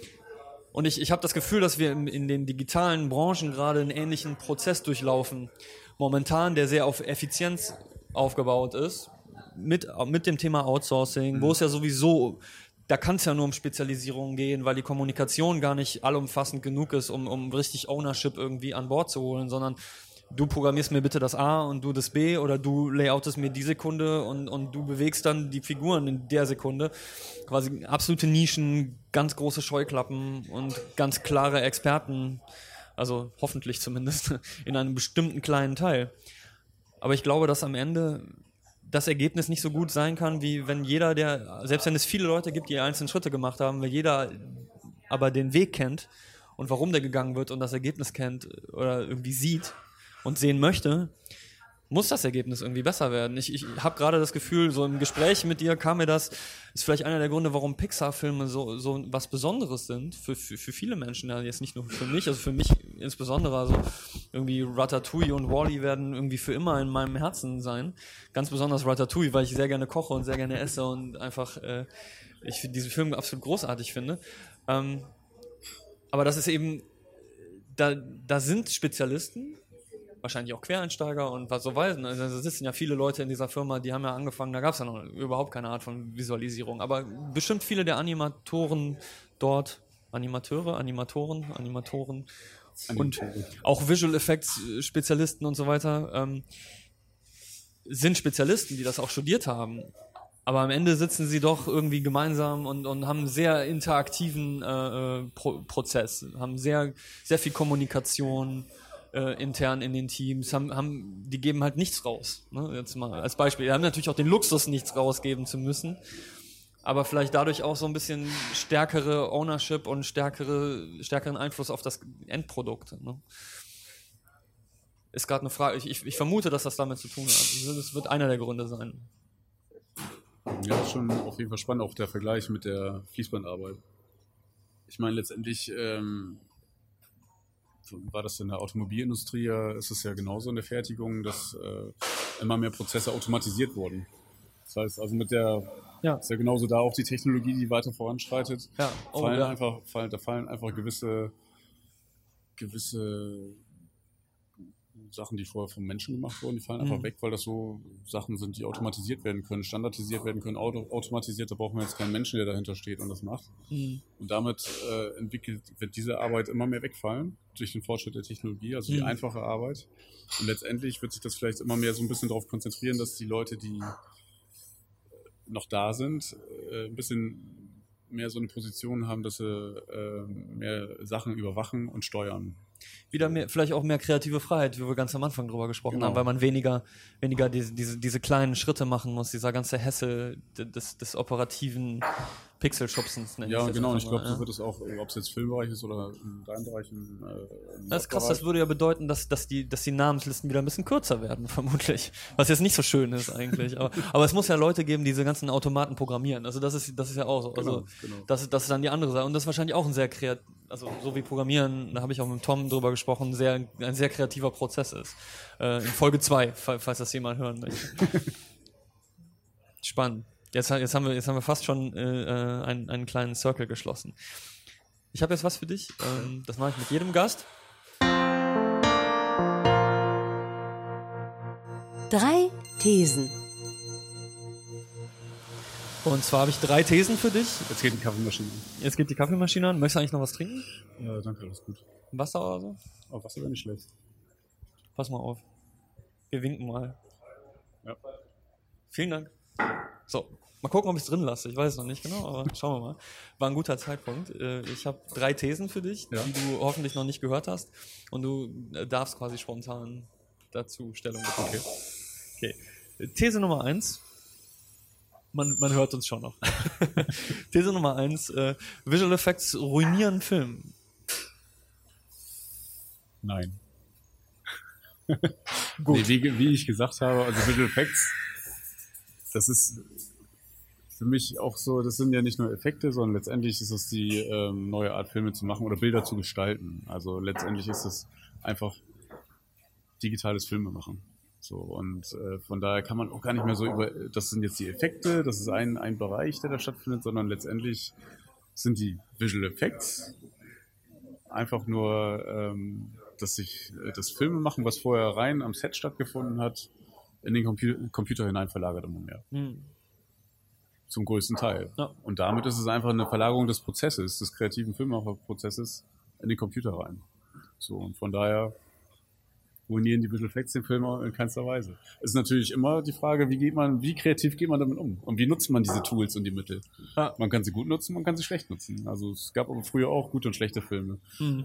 Und ich, ich habe das Gefühl, dass wir in, in den digitalen Branchen gerade einen ähnlichen Prozess durchlaufen. Momentan, der sehr auf Effizienz aufgebaut ist, mit, mit dem Thema Outsourcing, mhm. wo es ja sowieso, da kann es ja nur um Spezialisierung gehen, weil die Kommunikation gar nicht allumfassend genug ist, um, um richtig Ownership irgendwie an Bord zu holen, sondern du programmierst mir bitte das A und du das B oder du layoutest mir die Sekunde und, und du bewegst dann die Figuren in der Sekunde. Quasi absolute Nischen, ganz große Scheuklappen und ganz klare Experten, also hoffentlich zumindest, in einem bestimmten kleinen Teil. Aber ich glaube, dass am Ende das Ergebnis nicht so gut sein kann, wie wenn jeder, der, selbst wenn es viele Leute gibt, die einzelne Schritte gemacht haben, wenn jeder aber den Weg kennt und warum der gegangen wird und das Ergebnis kennt oder irgendwie sieht und sehen möchte, muss das Ergebnis irgendwie besser werden. Ich, ich habe gerade das Gefühl, so im Gespräch mit dir kam mir das, ist vielleicht einer der Gründe, warum Pixar-Filme so, so was Besonderes sind, für, für, für viele Menschen, ja, jetzt nicht nur für mich, also für mich insbesondere, also irgendwie Ratatouille und Wall-E werden irgendwie für immer in meinem Herzen sein. Ganz besonders Ratatouille, weil ich sehr gerne koche und sehr gerne esse und einfach äh, ich diese Filme absolut großartig finde. Ähm, aber das ist eben, da, da sind Spezialisten, wahrscheinlich auch Quereinsteiger und was so weisen. Also da sitzen ja viele Leute in dieser Firma, die haben ja angefangen, da gab es ja noch überhaupt keine Art von Visualisierung. Aber bestimmt viele der Animatoren dort, Animateure, Animatoren, Animatoren und auch Visual Effects Spezialisten und so weiter, ähm, sind Spezialisten, die das auch studiert haben. Aber am Ende sitzen sie doch irgendwie gemeinsam und, und haben einen sehr interaktiven äh, Pro- Prozess, haben sehr, sehr viel Kommunikation Äh, intern in den Teams, haben, haben, die geben halt nichts raus. Ne? Jetzt mal als Beispiel. Die haben natürlich auch den Luxus, nichts rausgeben zu müssen, aber vielleicht dadurch auch so ein bisschen stärkere Ownership und stärkere, stärkeren Einfluss auf das Endprodukt. Ne? Ist gerade eine Frage. Ich, ich, ich vermute, dass das damit zu tun hat. Das wird einer der Gründe sein. Ja, ist schon auf jeden Fall spannend, auch der Vergleich mit der Fließbandarbeit. Ich meine, letztendlich ähm, war das in der Automobilindustrie, ja, ist es ja genauso in der Fertigung, dass äh, immer mehr Prozesse automatisiert wurden. Das heißt, also mit der, ja. ist ja genauso da auch die Technologie, die weiter voranschreitet, ja. oh, fallen ja. einfach, fallen, da fallen einfach gewisse, gewisse Sachen, die vorher vom Menschen gemacht wurden, die fallen einfach mhm. weg, weil das so Sachen sind, die automatisiert werden können, standardisiert werden können, auto, automatisiert, da brauchen wir jetzt keinen Menschen, der dahinter steht und das macht. Mhm. Und damit äh, entwickelt, wird diese Arbeit immer mehr wegfallen durch den Fortschritt der Technologie, also die mhm. einfache Arbeit. Und letztendlich wird sich das vielleicht immer mehr so ein bisschen darauf konzentrieren, dass die Leute, die noch da sind, äh, ein bisschen mehr so eine Position haben, dass sie äh, mehr Sachen überwachen und steuern. Wieder mehr, vielleicht auch mehr kreative Freiheit, wie wir ganz am Anfang drüber gesprochen genau. haben, weil man weniger, weniger diese, diese, diese kleinen Schritte machen muss, dieser ganze Hessel des, des operativen Pixelschubsens. Ja, genau, und ich glaube, so wird es auch, ob es jetzt Filmbereich ist oder in deinem Bereich. Im, äh, im das ist krass, das würde ja bedeuten, dass, dass, die, dass die Namenslisten wieder ein bisschen kürzer werden, vermutlich. Was jetzt nicht so schön ist eigentlich. Aber, aber es muss ja Leute geben, die diese ganzen Automaten programmieren. Also das ist, das ist ja auch so. Also genau, genau. Das, ist, das ist dann die andere Seite. Und das ist wahrscheinlich auch ein sehr kreativ, also so wie Programmieren, da habe ich auch mit Tom drüber gesprochen, sehr, ein sehr kreativer Prozess ist. Äh, in Folge zwei, falls das jemand hören möchte. Spannend. Jetzt, jetzt, haben wir, jetzt haben wir fast schon äh, einen, einen kleinen Circle geschlossen. Ich habe jetzt was für dich. Ähm, das mache ich mit jedem Gast. Drei Thesen. Und zwar habe ich drei Thesen für dich. Jetzt geht die Kaffeemaschine an. Jetzt geht die Kaffeemaschine an. Möchtest du eigentlich noch was trinken? Ja, danke, alles gut. Wasser oder so? Aber Wasser wäre nicht schlecht. Pass mal auf. Wir winken mal. Ja. Vielen Dank. So, mal gucken, ob ich es drin lasse. Ich weiß es noch nicht genau, aber schauen wir mal. War ein guter Zeitpunkt. Ich habe drei Thesen für dich, ja. die du hoffentlich noch nicht gehört hast. Und du darfst quasi spontan dazu Stellung bekommen. Okay. Okay. These Nummer eins. Man, man hört uns schon noch. These Nummer eins. Äh, Visual Effects ruinieren Film. Nein. Gut. Nee, wie, wie ich gesagt habe, also Visual Effects, das ist für mich auch so, das sind ja nicht nur Effekte, sondern letztendlich ist es die ähm, neue Art, Filme zu machen oder Bilder zu gestalten. Also letztendlich ist es einfach digitales Filme machen. So, und äh, von daher kann man auch gar nicht mehr so über, das sind jetzt die Effekte, das ist ein, ein Bereich, der da stattfindet, sondern letztendlich sind die Visual Effects einfach nur, ähm, dass sich das Filme machen, was vorher rein am Set stattgefunden hat, in den Compu- Computer hinein verlagert immer mehr. Hm. Zum größten Teil. Ja. Und damit ist es einfach eine Verlagerung des Prozesses, des kreativen Filmemacherprozesses in den Computer rein. So, und von daher ruinieren die Visual Effects den Film in keinster Weise. Es ist natürlich immer die Frage, wie geht man, wie kreativ geht man damit um? Und wie nutzt man diese Tools und die Mittel? Ja. Man kann sie gut nutzen, man kann sie schlecht nutzen. Also es gab aber früher auch gute und schlechte Filme. Mhm.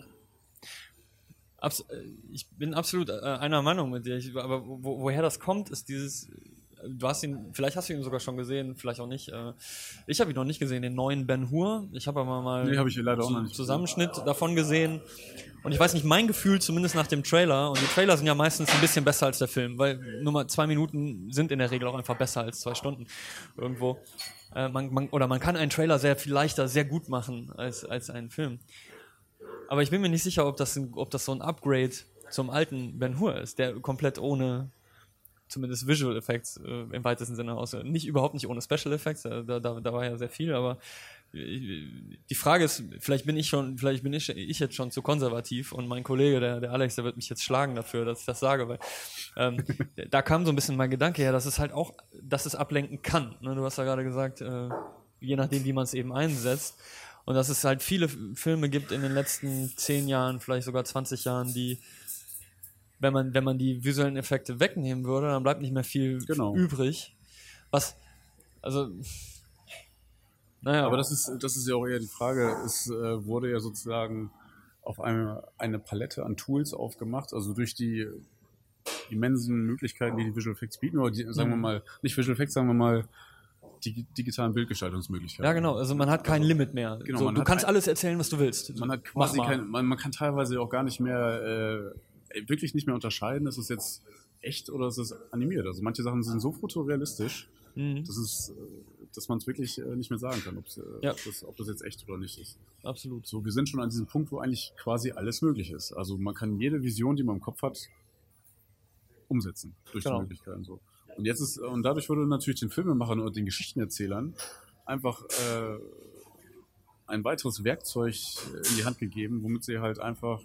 Abs- ich bin absolut einer Meinung mit dir. Ich, aber wo, woher das kommt, ist dieses, du hast ihn, vielleicht hast du ihn sogar schon gesehen, vielleicht auch nicht. Äh, ich habe ihn noch nicht gesehen, den neuen Ben-Hur. Ich habe aber mal nee, hab ich leider auch noch nicht Zusammenschnitt gesehen. davon gesehen. Und ich weiß nicht, mein Gefühl, zumindest nach dem Trailer, und die Trailer sind ja meistens ein bisschen besser als der Film, weil nur mal zwei Minuten sind in der Regel auch einfach besser als zwei Stunden irgendwo. Äh, man, man, oder man kann einen Trailer sehr viel leichter, sehr gut machen als, als einen Film. Aber ich bin mir nicht sicher, ob das, ein, ob das so ein Upgrade zum alten Ben-Hur ist, der komplett ohne, zumindest Visual Effects äh, im weitesten Sinne aus, nicht überhaupt nicht ohne Special Effects, da, da, da war ja sehr viel, aber die Frage ist, vielleicht bin ich schon, vielleicht bin ich, ich jetzt schon zu konservativ und mein Kollege, der, der Alex, der wird mich jetzt schlagen dafür, dass ich das sage, weil ähm, da kam so ein bisschen mein Gedanke her, dass es halt auch, dass es ablenken kann. Ne? Du hast ja gerade gesagt, äh, je nachdem, wie man es eben einsetzt. Und dass es halt viele Filme gibt in den letzten zehn Jahren, vielleicht sogar zwanzig Jahren, die, wenn man, wenn man die visuellen Effekte wegnehmen würde, dann bleibt nicht mehr viel genau. übrig. Was, also, naja. Aber das ist, das ist ja auch eher die Frage, es äh, wurde ja sozusagen auf eine, eine Palette an Tools aufgemacht, also durch die immensen Möglichkeiten, die die Visual Effects bieten, oder die, sagen wir mal, nicht Visual Effects, sagen wir mal, die digitalen Bildgestaltungsmöglichkeiten. Ja, genau, also man hat kein also, Limit mehr. Genau, so, du kannst ein, alles erzählen, was du willst. Man hat quasi kein, man, man kann teilweise auch gar nicht mehr, äh, wirklich nicht mehr unterscheiden, ist es jetzt echt oder ist es animiert. Also manche Sachen sind so fotorealistisch, mhm. dass es, dass man es wirklich äh, nicht mehr sagen kann, ob's, äh, ja. ob, das, ob das jetzt echt oder nicht ist. Absolut. So, wir sind schon an diesem Punkt, wo eigentlich quasi alles möglich ist. Also man kann jede Vision, die man im Kopf hat, umsetzen durch genau. die Möglichkeiten so. Und jetzt ist, und dadurch wurde natürlich den Filmemachern oder den Geschichtenerzählern einfach äh, ein weiteres Werkzeug in die Hand gegeben, womit sie halt einfach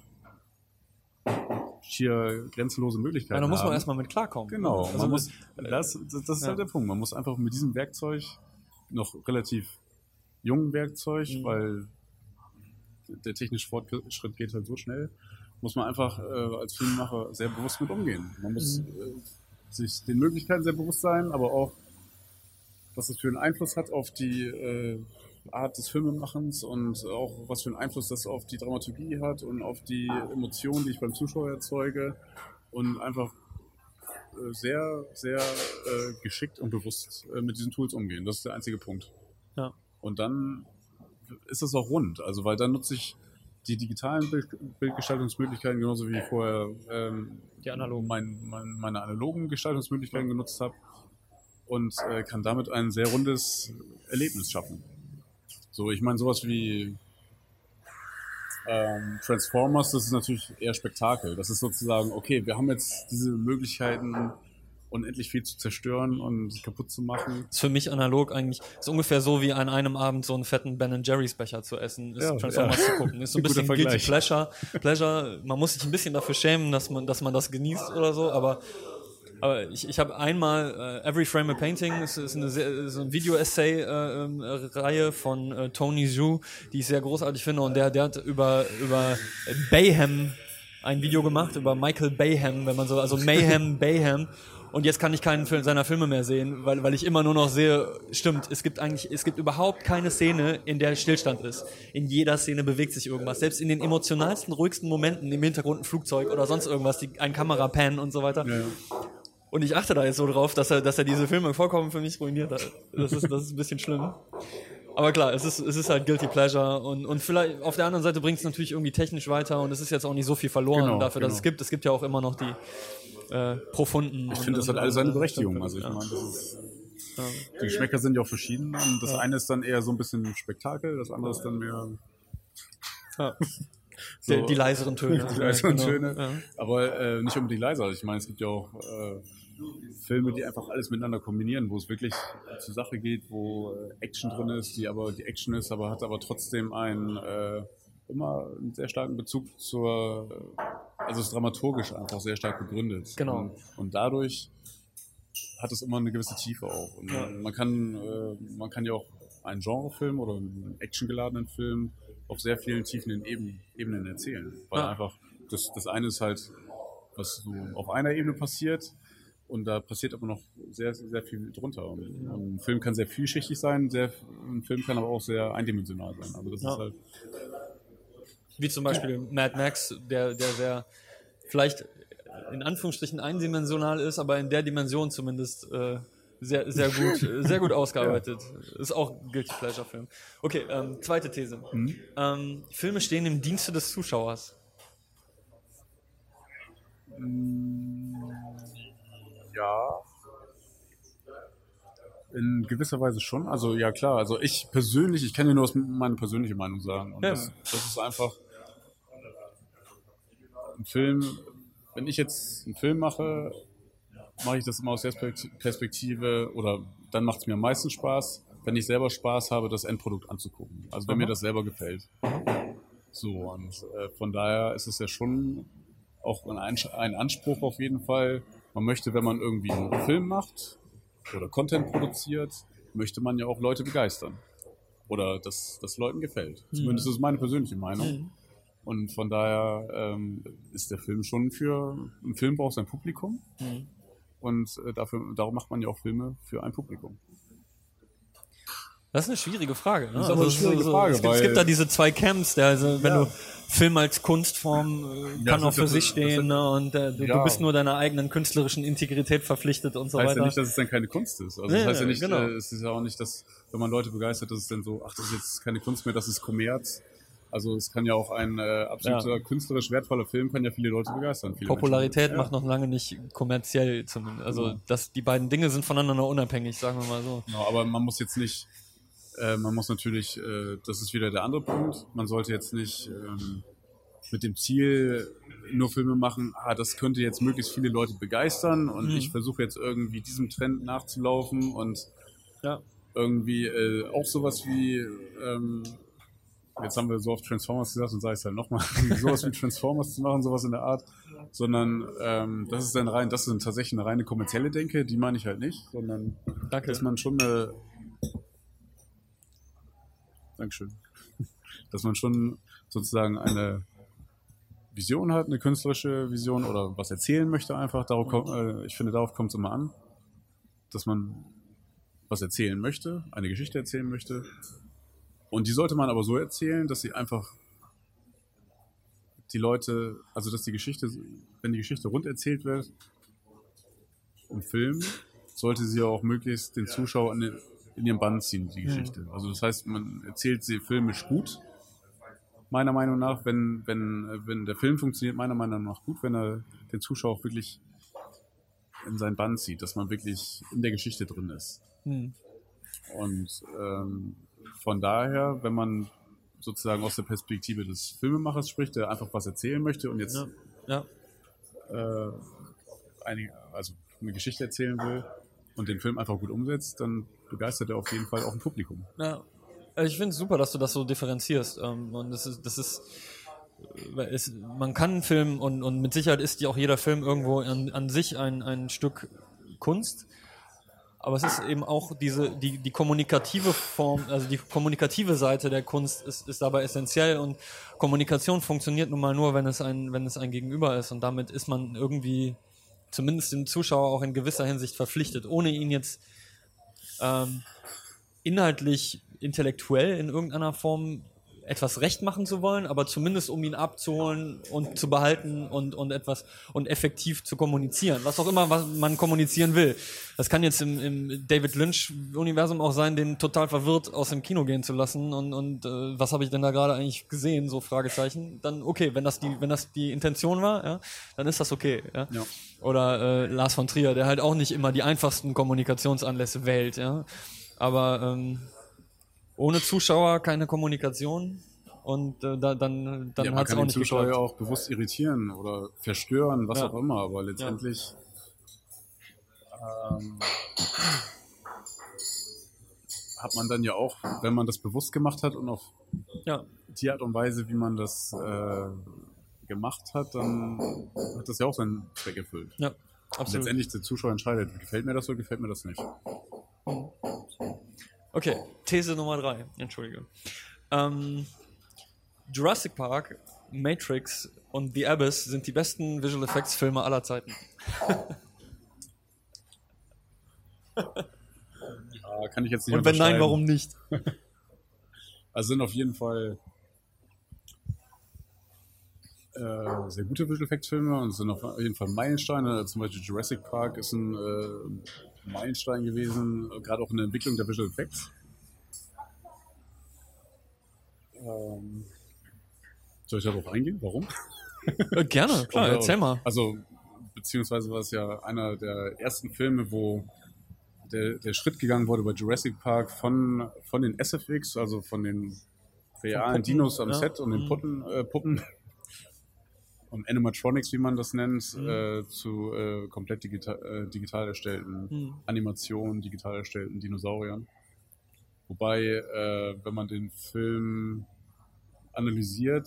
schier grenzenlose Möglichkeiten haben. Ja, da muss man erstmal mit klarkommen. Genau, also man muss, das, das, das ist ja. halt der Punkt. Man muss einfach mit diesem Werkzeug, noch relativ jungen Werkzeug, mhm. weil der technische Fortschritt geht halt so schnell, muss man einfach äh, als Filmemacher sehr bewusst mit umgehen. Man muss mhm. äh, sich den Möglichkeiten sehr bewusst sein, aber auch, was es für einen Einfluss hat auf die äh, Art des Filmemachens und auch, was für einen Einfluss das auf die Dramaturgie hat und auf die Emotionen, die ich beim Zuschauer erzeuge und einfach äh, sehr, sehr äh, geschickt und bewusst äh, mit diesen Tools umgehen. Das ist der einzige Punkt. Ja. Und dann ist es auch rund, also weil dann nutze ich die digitalen Bild, Bildgestaltungsmöglichkeiten genauso wie ich vorher ähm, die analogen. Mein, mein, meine analogen Gestaltungsmöglichkeiten ja. genutzt habe und äh, kann damit ein sehr rundes Erlebnis schaffen. So, ich meine sowas wie ähm, Transformers, das ist natürlich eher Spektakel. Das ist sozusagen, okay, wir haben jetzt diese Möglichkeiten, unendlich viel zu zerstören und kaputt zu machen. Das ist für mich analog eigentlich, ist ungefähr so wie an einem Abend so einen fetten Ben Jerry's Becher zu essen, ist ja, Transformers ja. zu gucken. Ist so ein bisschen guilty pleasure, pleasure. Man muss sich ein bisschen dafür schämen, dass man, dass man das genießt oder so, aber, aber ich, ich habe einmal uh, Every Frame a Painting, ist, ist eine sehr, so ein Video-Essay-Reihe äh, von äh, Tony Zhou, die ich sehr großartig finde, und der, der hat über, über Bayhem ein Video gemacht, über Michael Bayhem, wenn man so, also Mayhem, Bayhem. Und jetzt kann ich keinen Film seiner Filme mehr sehen, weil, weil ich immer nur noch sehe, stimmt, es gibt eigentlich, es gibt überhaupt keine Szene, in der Stillstand ist. In jeder Szene bewegt sich irgendwas. Selbst in den emotionalsten, ruhigsten Momenten, im Hintergrund ein Flugzeug oder sonst irgendwas, die, ein Kamerapan und so weiter. Ja. Und ich achte da jetzt so drauf, dass er, dass er diese Filme vollkommen für mich ruiniert hat. Das ist, das ist ein bisschen schlimm. Aber klar, es ist, es ist halt Guilty Pleasure und, und vielleicht auf der anderen Seite bringt es natürlich irgendwie technisch weiter und es ist jetzt auch nicht so viel verloren genau, dafür, dass genau. es gibt. Es gibt ja auch immer noch die äh, profunden. Ich finde, das hat alles seine Berechtigung. Also ich ja. meine, das ist, ja. die Geschmäcker sind ja auch verschieden und das ja. eine ist dann eher so ein bisschen Spektakel, das andere ist dann mehr ja. so, die, die leiseren Töne. Die leiseren ja, genau. Töne. Ja. Aber äh, nicht unbedingt leiser. Also ich meine, es gibt ja auch äh, Filme, die einfach alles miteinander kombinieren, wo es wirklich zur Sache geht, wo äh, Action drin ist, die aber die Action ist, aber hat aber trotzdem einen äh, immer einen sehr starken Bezug zur, also ist dramaturgisch einfach sehr stark begründet. Genau. Und, und dadurch hat es immer eine gewisse Tiefe auch. Und ja. man kann, äh, man kann ja auch einen Genrefilm oder einen actiongeladenen Film auf sehr vielen tiefen Eben, Ebenen erzählen. Weil ja. einfach, das, das eine ist halt, was so auf einer Ebene passiert, und da passiert aber noch sehr, sehr viel drunter. Und ein Film kann sehr vielschichtig sein, sehr, ein Film kann aber auch sehr eindimensional sein. Also das ja. ist halt wie zum Beispiel Mad Max, der, der sehr vielleicht in Anführungsstrichen eindimensional ist, aber in der Dimension zumindest äh, Sehr, sehr gut, sehr gut ausgearbeitet. Ja. Ist auch ein Guilty Pleasure Film. Okay, ähm, zweite These. Mhm. Ähm, Filme stehen im Dienste des Zuschauers. Ja. In gewisser Weise schon. Also ja klar, also ich persönlich, ich kann dir nur aus meine persönliche Meinung sagen. Und ja. das, das ist einfach ein Film, wenn ich jetzt einen Film mache, mache ich das immer aus der Perspektive, oder dann macht es mir am meisten Spaß, wenn ich selber Spaß habe, das Endprodukt anzugucken. Also wenn Aha. mir das selber gefällt. So, und äh, von daher ist es ja schon auch ein, ein Anspruch auf jeden Fall. Man möchte, wenn man irgendwie einen Film macht oder Content produziert, möchte man ja auch Leute begeistern. Oder dass das Leuten gefällt. Mhm. Zumindest ist es meine persönliche Meinung. Mhm. Und von daher ähm, ist der Film schon für, ein Film braucht sein Publikum. Mhm. Und äh, dafür, darum macht man ja auch Filme für ein Publikum. Das ist eine schwierige Frage. Ne? Das ist aber also eine schwierige so, Frage. Es gibt, es gibt da diese zwei Camps, der, also wenn ja. du Film als Kunstform äh, kann ja, auch für sich stehen, ne? Und äh, du, ja. du bist nur deiner eigenen künstlerischen Integrität verpflichtet und so weiter. Das heißt weiter. ja nicht, dass es dann keine Kunst ist. Also nee, das heißt ja nicht, genau. äh, es ist ja auch nicht, dass, wenn man Leute begeistert, dass es dann so, ach, das ist jetzt keine Kunst mehr, das ist Kommerz. Also es kann ja auch ein äh, absoluter ja. künstlerisch wertvoller Film, kann ja viele Leute begeistern. Viele Popularität macht ja. noch lange nicht kommerziell zumindest. Also ja. das, die beiden Dinge sind voneinander unabhängig, sagen wir mal so. Genau, aber man muss jetzt nicht, äh, man muss natürlich, äh, das ist wieder der andere Punkt, man sollte jetzt nicht ähm, mit dem Ziel nur Filme machen, ah, das könnte jetzt möglichst viele Leute begeistern und mhm. ich versuche jetzt irgendwie diesem Trend nachzulaufen und ja. irgendwie äh, auch sowas wie... Ähm, jetzt haben wir so oft Transformers gesagt und sage ich es halt nochmal, sowas wie Transformers zu machen, sowas in der Art, sondern ähm, das ist dann rein, das ist tatsächlich eine reine kommerzielle Denke, die meine ich halt nicht, sondern Danke. dass man schon eine Dankeschön, dass man schon sozusagen eine Vision hat, eine künstlerische Vision oder was erzählen möchte einfach, darauf kommt, äh, ich finde, darauf kommt es immer an, dass man was erzählen möchte, eine Geschichte erzählen möchte. Und die sollte man aber so erzählen, dass sie einfach die Leute, also dass die Geschichte, wenn die Geschichte rund erzählt wird im Film, sollte sie auch möglichst den Zuschauer in, den, in ihren Bann ziehen, die Geschichte. Also das heißt, man erzählt sie filmisch gut, meiner Meinung nach, wenn, wenn, wenn der Film funktioniert, meiner Meinung nach gut, wenn er den Zuschauer auch wirklich in seinen Bann zieht, dass man wirklich in der Geschichte drin ist. Mhm. Und ähm, von daher, wenn man sozusagen aus der Perspektive des Filmemachers spricht, der einfach was erzählen möchte und jetzt ja. Ja. Äh, eine, also eine Geschichte erzählen will und den Film einfach gut umsetzt, dann begeistert er auf jeden Fall auch ein Publikum. Ja, ich finde es super, dass du das so differenzierst. Und das ist, das ist, es, man kann einen Film und, und mit Sicherheit ist ja auch jeder Film irgendwo an, an sich ein, ein Stück Kunst. Aber es ist eben auch diese, die, die kommunikative Form, also die kommunikative Seite der Kunst ist, ist dabei essentiell und Kommunikation funktioniert nun mal nur, wenn es ein, wenn es ein Gegenüber ist und damit ist man irgendwie zumindest dem Zuschauer auch in gewisser Hinsicht verpflichtet, ohne ihn jetzt ähm, inhaltlich, intellektuell in irgendeiner Form etwas recht machen zu wollen, aber zumindest um ihn abzuholen und zu behalten und, und etwas und effektiv zu kommunizieren. Was auch immer, was man kommunizieren will. Das kann jetzt im, im David Lynch-Universum auch sein, den total verwirrt aus dem Kino gehen zu lassen und, und äh, was habe ich denn da gerade eigentlich gesehen, so Fragezeichen. Dann okay, wenn das die, wenn das die Intention war, ja, dann ist das okay. Ja? Ja. Oder äh, Lars von Trier, der halt auch nicht immer die einfachsten Kommunikationsanlässe wählt. Ja? Aber ähm, ohne Zuschauer keine Kommunikation und äh, da, dann, dann ja, hat es auch nicht geklappt. Man kann den Zuschauer ja auch bewusst irritieren oder verstören, was ja. auch immer, aber letztendlich ja. ähm, hat man dann ja auch, wenn man das bewusst gemacht hat und auf ja. die Art und Weise, wie man das äh, gemacht hat, dann hat das ja auch seinen Zweck erfüllt. Ja, absolut. Letztendlich der Zuschauer entscheidet, gefällt mir das oder gefällt mir das nicht. Mhm. Okay, These Nummer drei, entschuldige. Ähm, Jurassic Park, Matrix und The Abyss sind die besten Visual Effects Filme aller Zeiten. Ja, kann ich jetzt nicht Und wenn nein, warum nicht? Also sind auf jeden Fall äh, sehr gute Visual Effects Filme und sind auf jeden Fall Meilensteine. Zum Beispiel Jurassic Park ist ein äh, Meilenstein gewesen, gerade auch in der Entwicklung der Visual Effects. Ähm, soll ich darauf eingehen? Warum? Äh, gerne, klar, Oder, erzähl mal. Also, beziehungsweise war es ja einer der ersten Filme, wo der, der Schritt gegangen wurde bei Jurassic Park von, von den S F X, also von den realen Puppen, Dinos am ja. Set und den Mhm. Puppen, äh, Puppen und Animatronics, wie man das nennt, Mhm. äh, zu äh, komplett digital, äh, digital erstellten Mhm. Animationen, digital erstellten Dinosauriern. Wobei, äh, wenn man den Film analysiert,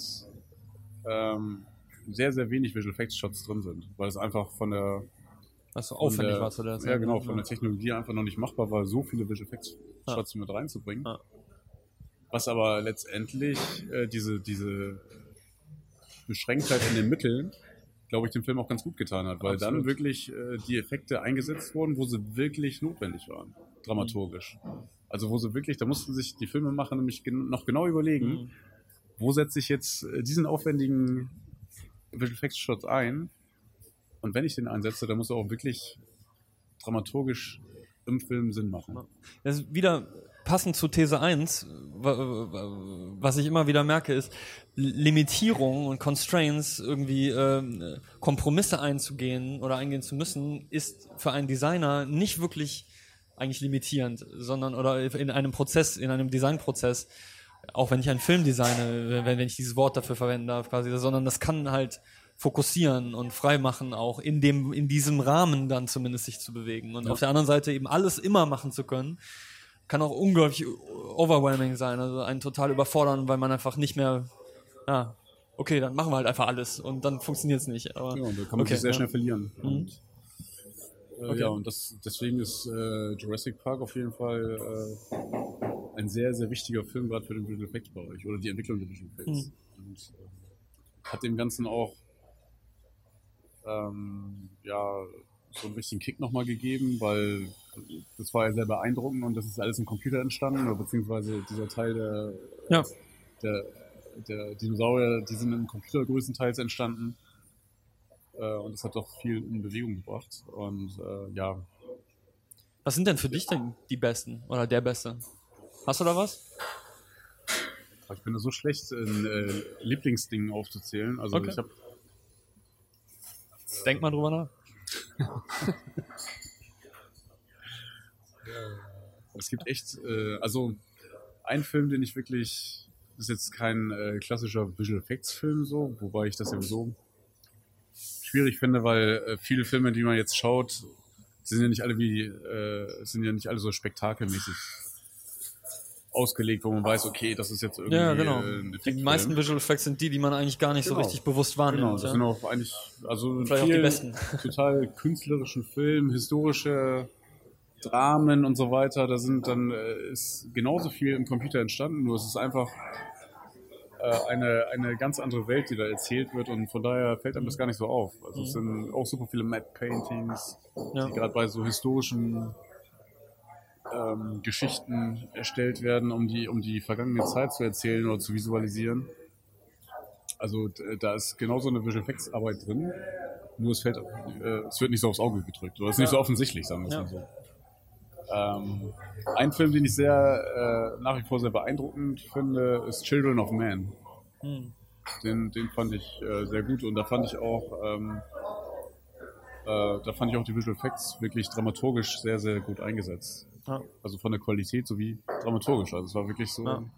ähm, sehr, sehr wenig Visual Effects Shots drin sind, weil es einfach von der Was so von aufwendig der, war zu der Zeit. ja genau, ne? von der Technologie einfach noch nicht machbar war, so viele Visual Effects Ja. Shots mit reinzubringen. Ja. Was aber letztendlich äh, diese, diese Beschränktheit in den Mitteln, glaube ich, dem Film auch ganz gut getan hat, weil Absolut. dann wirklich äh, die Effekte eingesetzt wurden, wo sie wirklich notwendig waren, dramaturgisch. Also wo sie wirklich, da mussten sich die Filmemacher nämlich gen- noch genau überlegen, Mhm. wo setze ich jetzt äh, diesen aufwendigen Visual Effects Shot ein, und wenn ich den einsetze, dann muss er auch wirklich dramaturgisch im Film Sinn machen. Das ist wieder passend zu These eins, wa- wa- was ich immer wieder merke, ist Limitierung und Constraints, irgendwie ähm, Kompromisse einzugehen oder eingehen zu müssen, ist für einen Designer nicht wirklich eigentlich limitierend, sondern oder in einem Prozess, in einem Designprozess, auch wenn ich einen Film designe, wenn, wenn ich dieses Wort dafür verwenden darf, quasi, sondern das kann halt fokussieren und frei machen, auch in dem, in diesem Rahmen dann zumindest sich zu bewegen. Und Ja. auf der anderen Seite eben alles immer machen zu können, kann auch unglaublich overwhelming sein, also einen total überfordern, weil man einfach nicht mehr, ja, okay, dann machen wir halt einfach alles und dann funktioniert es nicht. Aber, Ja, und da kann man okay, sich sehr ja. schnell verlieren. Und, äh, Okay. Ja, und das, deswegen ist äh, Jurassic Park auf jeden Fall äh, ein sehr, sehr wichtiger Film, gerade für den Visual Effects Bereich oder die Entwicklung der Visual Effects. Und äh, hat dem Ganzen auch ähm, ja, so einen richtigen Kick nochmal gegeben, weil das war ja sehr beeindruckend und das ist alles im Computer entstanden, oder beziehungsweise dieser Teil der, Ja. der, der Dinosaurier, die sind im Computer größtenteils entstanden. Äh, und das hat doch viel in Bewegung gebracht. Und äh, ja, Was sind denn für dich denn die Besten oder der Beste? Hast du da was? ich bin da so schlecht in äh, Lieblingsdingen aufzuzählen. Also Okay. ich habe Denk mal drüber nach. Es gibt echt, äh, also ein Film, den ich wirklich, das ist jetzt kein äh, klassischer Visual Effects Film so, wobei ich das sowieso schwierig finde, weil äh, viele Filme, die man jetzt schaut, sind ja nicht alle wie, äh, sind ja nicht alle so spektakelmäßig ausgelegt, wo man weiß, okay, das ist jetzt irgendwie Ja, genau. äh, ein Die Effektfilm. meisten Visual Effects sind die, die man eigentlich gar nicht Genau. so richtig bewusst wahrnimmt. Genau, das ja. sind auch eigentlich, also Vielleicht auch die viel besten. total künstlerischen Filmen, historische Dramen und so weiter, da sind dann äh, ist genauso viel im Computer entstanden, nur es ist einfach äh, eine, eine ganz andere Welt, die da erzählt wird, und von daher fällt einem das gar nicht so auf. Also es sind auch super viele Matte Paintings, Ja. die gerade bei so historischen ähm, Geschichten erstellt werden, um die, um die vergangene Zeit zu erzählen oder zu visualisieren. Also d- da ist genauso eine Visual Effects Arbeit drin, nur es fällt, äh, es wird nicht so aufs Auge gedrückt, oder es ist nicht so offensichtlich, sagen wir es Ja. mal so. Ähm, ein Film, den ich sehr äh, nach wie vor sehr beeindruckend finde, ist Children of Man. Hm. Den, den fand ich äh, sehr gut, und da fand ich auch ähm, äh, da fand ich auch die Visual Effects wirklich dramaturgisch sehr, sehr gut eingesetzt. Ja. Also von der Qualität sowie dramaturgisch. Also es war wirklich so Ja. ähm,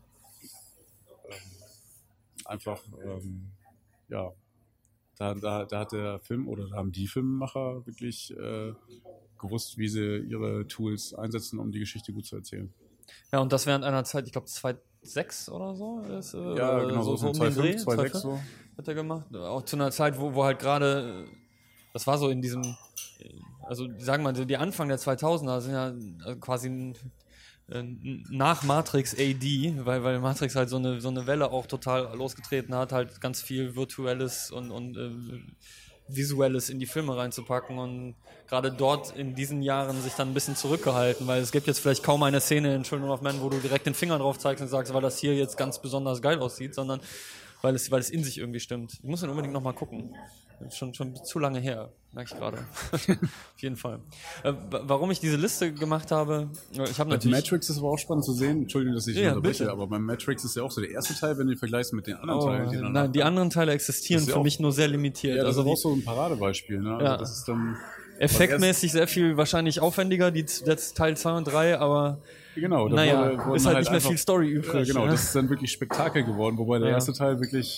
einfach, ähm, ja, da, da, da hat der Film oder da haben die Filmemacher wirklich äh, gewusst, wie sie ihre Tools einsetzen, um die Geschichte gut zu erzählen. Ja, und das während einer Zeit, ich glaube zweitausendsechs oder so. Ist, äh, Ja, genau, so, so um den Dreh, zwei Komma fünf, zwei Komma sechs so. hat er gemacht. Auch zu einer Zeit, wo, wo halt gerade, äh, das war so in diesem, äh, also sagen wir mal, die Anfang der zweitausender sind ja äh, quasi ein, äh, nach Matrix A D, weil, weil Matrix halt so eine, so eine Welle auch total losgetreten hat, halt ganz viel Virtuelles und, und äh, Visuelles in die Filme reinzupacken, und gerade dort in diesen Jahren sich dann ein bisschen zurückgehalten, weil es gibt jetzt vielleicht kaum eine Szene in Children of Men, wo du direkt den Finger drauf zeigst und sagst, weil das hier jetzt ganz besonders geil aussieht, sondern weil es, weil es in sich irgendwie stimmt. Ich muss den unbedingt nochmal gucken. Schon, schon zu lange her, merke ich gerade. Auf jeden Fall. Äh, warum ich diese Liste gemacht habe, ich habe natürlich... Matrix ist aber auch spannend zu sehen. Entschuldigung, dass ich ja, unterbreche, aber beim Matrix ist ja auch so der erste Teil, wenn du vergleichst mit den anderen oh, Teilen. Die nein, die anderen Teile existieren für auch, mich nur sehr limitiert. Ja, das also ist die, auch so ein Paradebeispiel. Ne? Also ja. das ist dann... Effektmäßig sehr viel wahrscheinlich aufwendiger, die jetzt Teil zwei und drei, aber genau, da naja, wurde, wurde ist halt halt nicht mehr einfach, viel Story übrig. Ja, genau, ne? das ist dann wirklich Spektakel geworden, wobei der ja. erste Teil wirklich,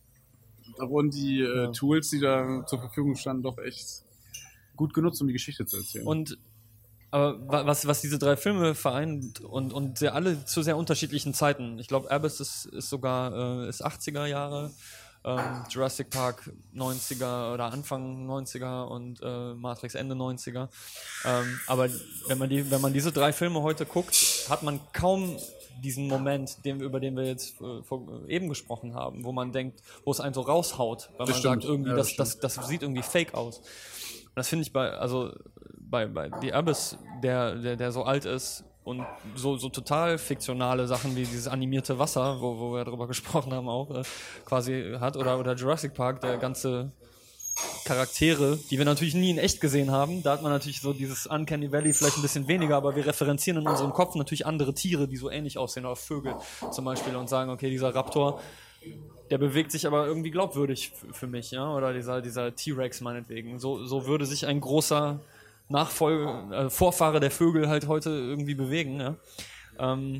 da wurden die äh, ja. Tools, die da zur Verfügung standen, doch echt gut genutzt, um die Geschichte zu erzählen. Und aber was, was diese drei Filme vereint und, und sehr alle zu sehr unterschiedlichen Zeiten. Ich glaube, Abyss ist, ist sogar äh, ist achtziger Jahre, ähm, Jurassic Park neunziger oder Anfang neunziger und äh, Matrix Ende neunziger. Ähm, aber wenn man, die, wenn man diese drei Filme heute guckt, hat man kaum diesen Moment, den, über den wir jetzt äh, vor, eben gesprochen haben, wo man denkt, wo es einen so raushaut, weil das man stimmt. sagt, irgendwie, ja, das, das, das, das sieht irgendwie fake aus. Das finde ich bei, also bei, bei The Abyss, der, der, der so alt ist und so, so total fiktionale Sachen wie dieses animierte Wasser, wo, wo wir darüber gesprochen haben auch, äh, quasi hat, oder, oder Jurassic Park, der ganze Charaktere, die wir natürlich nie in echt gesehen haben, da hat man natürlich so dieses Uncanny Valley vielleicht ein bisschen weniger, aber wir referenzieren in unserem Kopf natürlich andere Tiere, die so ähnlich aussehen, oder Vögel zum Beispiel, und sagen, okay, dieser Raptor, der bewegt sich aber irgendwie glaubwürdig f- für mich, ja, oder dieser, dieser T-Rex meinetwegen. So, so würde sich ein großer Nachfolger, äh, Vorfahre der Vögel halt heute irgendwie bewegen, ja. Ähm,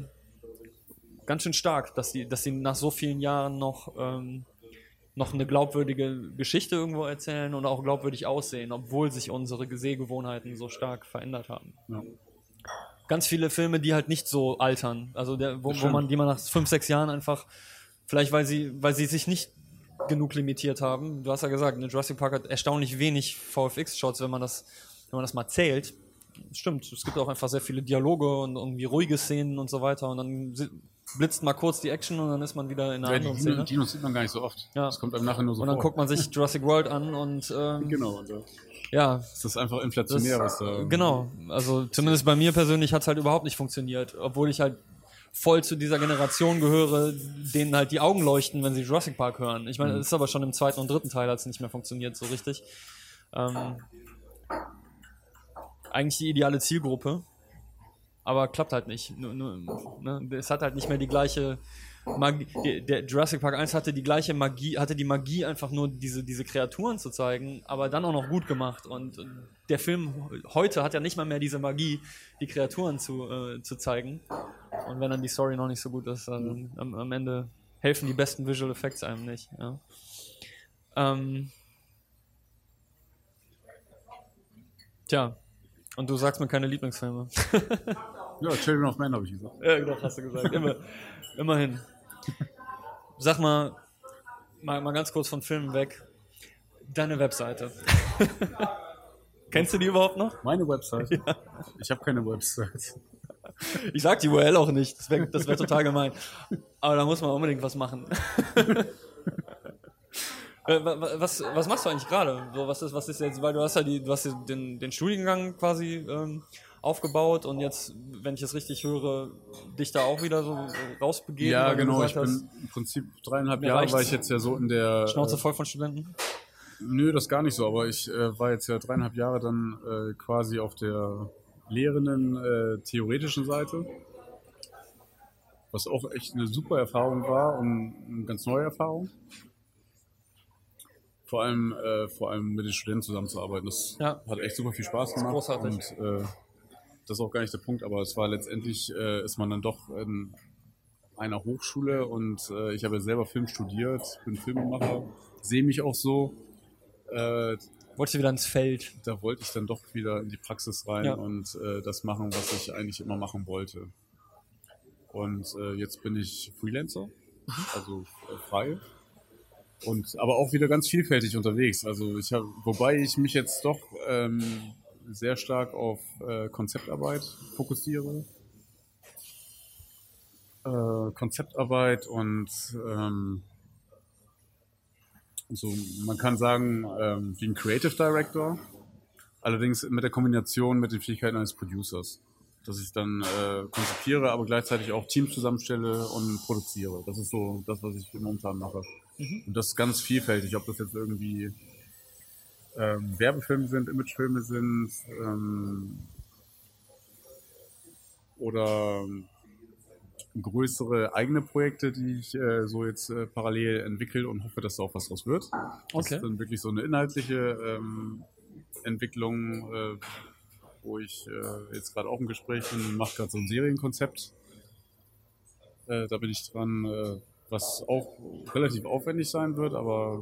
ganz schön stark, dass die, dass die nach so vielen Jahren noch, ähm, noch eine glaubwürdige Geschichte irgendwo erzählen und auch glaubwürdig aussehen, obwohl sich unsere Sehgewohnheiten so stark verändert haben. ja. Ganz viele Filme, die halt nicht so altern, also der, wo, wo man, die man nach fünf, sechs Jahren einfach, vielleicht weil sie, weil sie sich nicht genug limitiert haben. Du hast ja gesagt, ne, Jurassic Park hat erstaunlich wenig V F X-Shots, wenn man das, wenn man das mal zählt. Stimmt, es gibt auch einfach sehr viele Dialoge und irgendwie ruhige Szenen und so weiter, und dann si- blitzt mal kurz die Action und dann ist man wieder in einer Ja, anderen die Szene. Dino- Dinos sieht man gar nicht so oft. Ja. Das kommt einem nachher nur so Und dann vor. guckt man sich Jurassic World an und ähm, Genau, und, äh, ja, das ist einfach inflationär, was da... genau. Also zumindest bei mir persönlich hat es halt überhaupt nicht funktioniert, obwohl ich halt voll zu dieser Generation gehöre, denen halt die Augen leuchten, wenn sie Jurassic Park hören. Ich meine, Mhm. das ist aber schon im zweiten und dritten Teil hat es nicht mehr funktioniert so richtig. Ähm, eigentlich die ideale Zielgruppe, aber klappt halt nicht. Nur, nur, ne? Es hat halt nicht mehr die gleiche Magie. Der, der Jurassic Park eins hatte die gleiche Magie, hatte die Magie, einfach nur diese, diese Kreaturen zu zeigen, aber dann auch noch gut gemacht. Und der Film heute hat ja nicht mal mehr diese Magie, die Kreaturen zu, äh, zu zeigen. Und wenn dann die Story noch nicht so gut ist, dann am, am Ende helfen die besten Visual Effects einem nicht. Ja. Ähm, tja, und du sagst mir keine Lieblingsfilme. Ja, Children of Men habe ich gesagt. Ja, genau, hast du gesagt. Immer, immerhin. Sag mal, mal, mal ganz kurz von Filmen weg. Deine Webseite. Kennst du die überhaupt noch? Meine Website? Ja. Ich habe keine Website. Ich sag die U R L auch nicht. Das wäre das wär total gemein. Aber da muss man unbedingt was machen. was, was machst du eigentlich gerade? So, was ist, was ist jetzt, weil du hast ja die, du hast ja den, den Studiengang quasi ähm, aufgebaut und jetzt, wenn ich es richtig höre, dich da auch wieder so rausbegeben. Ja, weil du genau. Ich gesagt hast, bin im Prinzip dreieinhalb Mir Jahre reicht's. war ich jetzt ja so in der... Schnauze äh, voll von Studenten. Nö, das gar nicht so, aber ich äh, war jetzt ja dreieinhalb Jahre dann äh, quasi auf der lehrenden äh, theoretischen Seite, was auch echt eine super Erfahrung war und eine ganz neue Erfahrung. Vor allem, äh, vor allem mit den Studenten zusammenzuarbeiten. Das Ja. hat echt super viel Spaß gemacht. großartig. Und äh, das ist auch gar nicht der Punkt, aber es war letztendlich, äh, ist man dann doch in einer Hochschule und äh, ich habe ja selber Film studiert, bin Filmemacher, sehe mich auch so. Äh, Wolltest du wieder ins Feld? da wollte ich dann doch wieder in die Praxis rein Ja. und äh, das machen, was ich eigentlich immer machen wollte. Und äh, jetzt bin ich Freelancer, also äh, frei. Und aber auch wieder ganz vielfältig unterwegs. Also ich habe, wobei ich mich jetzt doch ähm, sehr stark auf äh, Konzeptarbeit fokussiere. Äh, Konzeptarbeit und ähm, so, man kann sagen, ähm, wie ein Creative Director, allerdings mit der Kombination mit den Fähigkeiten eines Producers. Dass ich dann äh, konzipiere, aber gleichzeitig auch Teams zusammenstelle und produziere. Das ist so das, was ich momentan mache. Mhm. Und das ist ganz vielfältig, ob das jetzt irgendwie ähm, Werbefilme sind, Imagefilme sind ähm, oder größere eigene Projekte, die ich äh, so jetzt äh, parallel entwickle und hoffe, dass da auch was draus wird. Das Okay. ist dann wirklich so eine inhaltliche ähm, Entwicklung, äh, wo ich äh, jetzt gerade auch im Gespräch bin und mache gerade so ein Serienkonzept. Äh, da bin ich dran, äh, was auch relativ aufwendig sein wird, aber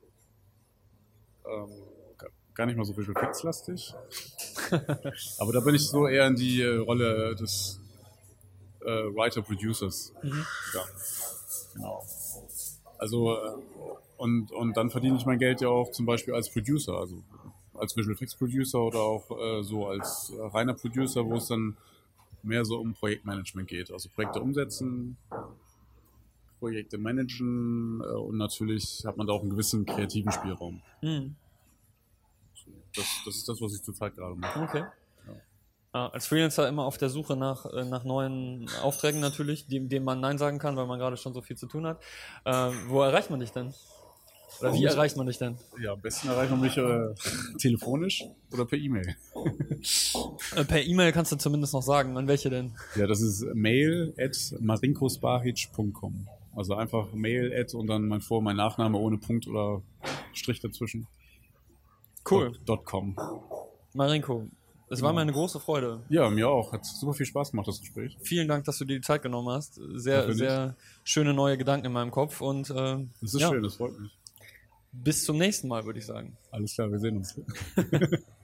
ähm, gar nicht mal so Visual Effects lastig. Aber da bin ich so eher in die äh, Rolle des äh, Writer-Producers. Mhm. Ja, genau. Also äh, und, und dann verdiene ich mein Geld ja auch zum Beispiel als Producer, also als Visual Effects Producer oder auch äh, so als äh, reiner Producer, wo es dann mehr so um Projektmanagement geht. Also Projekte umsetzen, Projekte managen äh, und natürlich hat man da auch einen gewissen kreativen Spielraum. Mhm. Das, das ist das, was ich zurzeit gerade mache. Okay. Ja. Als Freelancer immer auf der Suche nach, äh, nach neuen Aufträgen natürlich, denen, denen man Nein sagen kann, weil man gerade schon so viel zu tun hat. Äh, wo erreicht man dich denn? Oder wie erreicht man dich denn? Ja, am besten erreicht man mich äh, telefonisch oder per E-Mail. äh, per E-Mail kannst du zumindest noch sagen. An welche denn? Ja, das ist mail at marinkosbaric punkt com. Also einfach mail at und dann mein Vor-, mein Nachname ohne Punkt oder Strich dazwischen. Cool. Dot .com. Marinko, es war mir eine große Freude. Ja, mir auch. Hat super viel Spaß gemacht, das Gespräch. Vielen Dank, dass du dir die Zeit genommen hast. Sehr, sehr schöne neue Gedanken in meinem Kopf. Und, äh, das ist ja, schön, das freut mich. Bis zum nächsten Mal, würde ich sagen. Alles klar, wir sehen uns.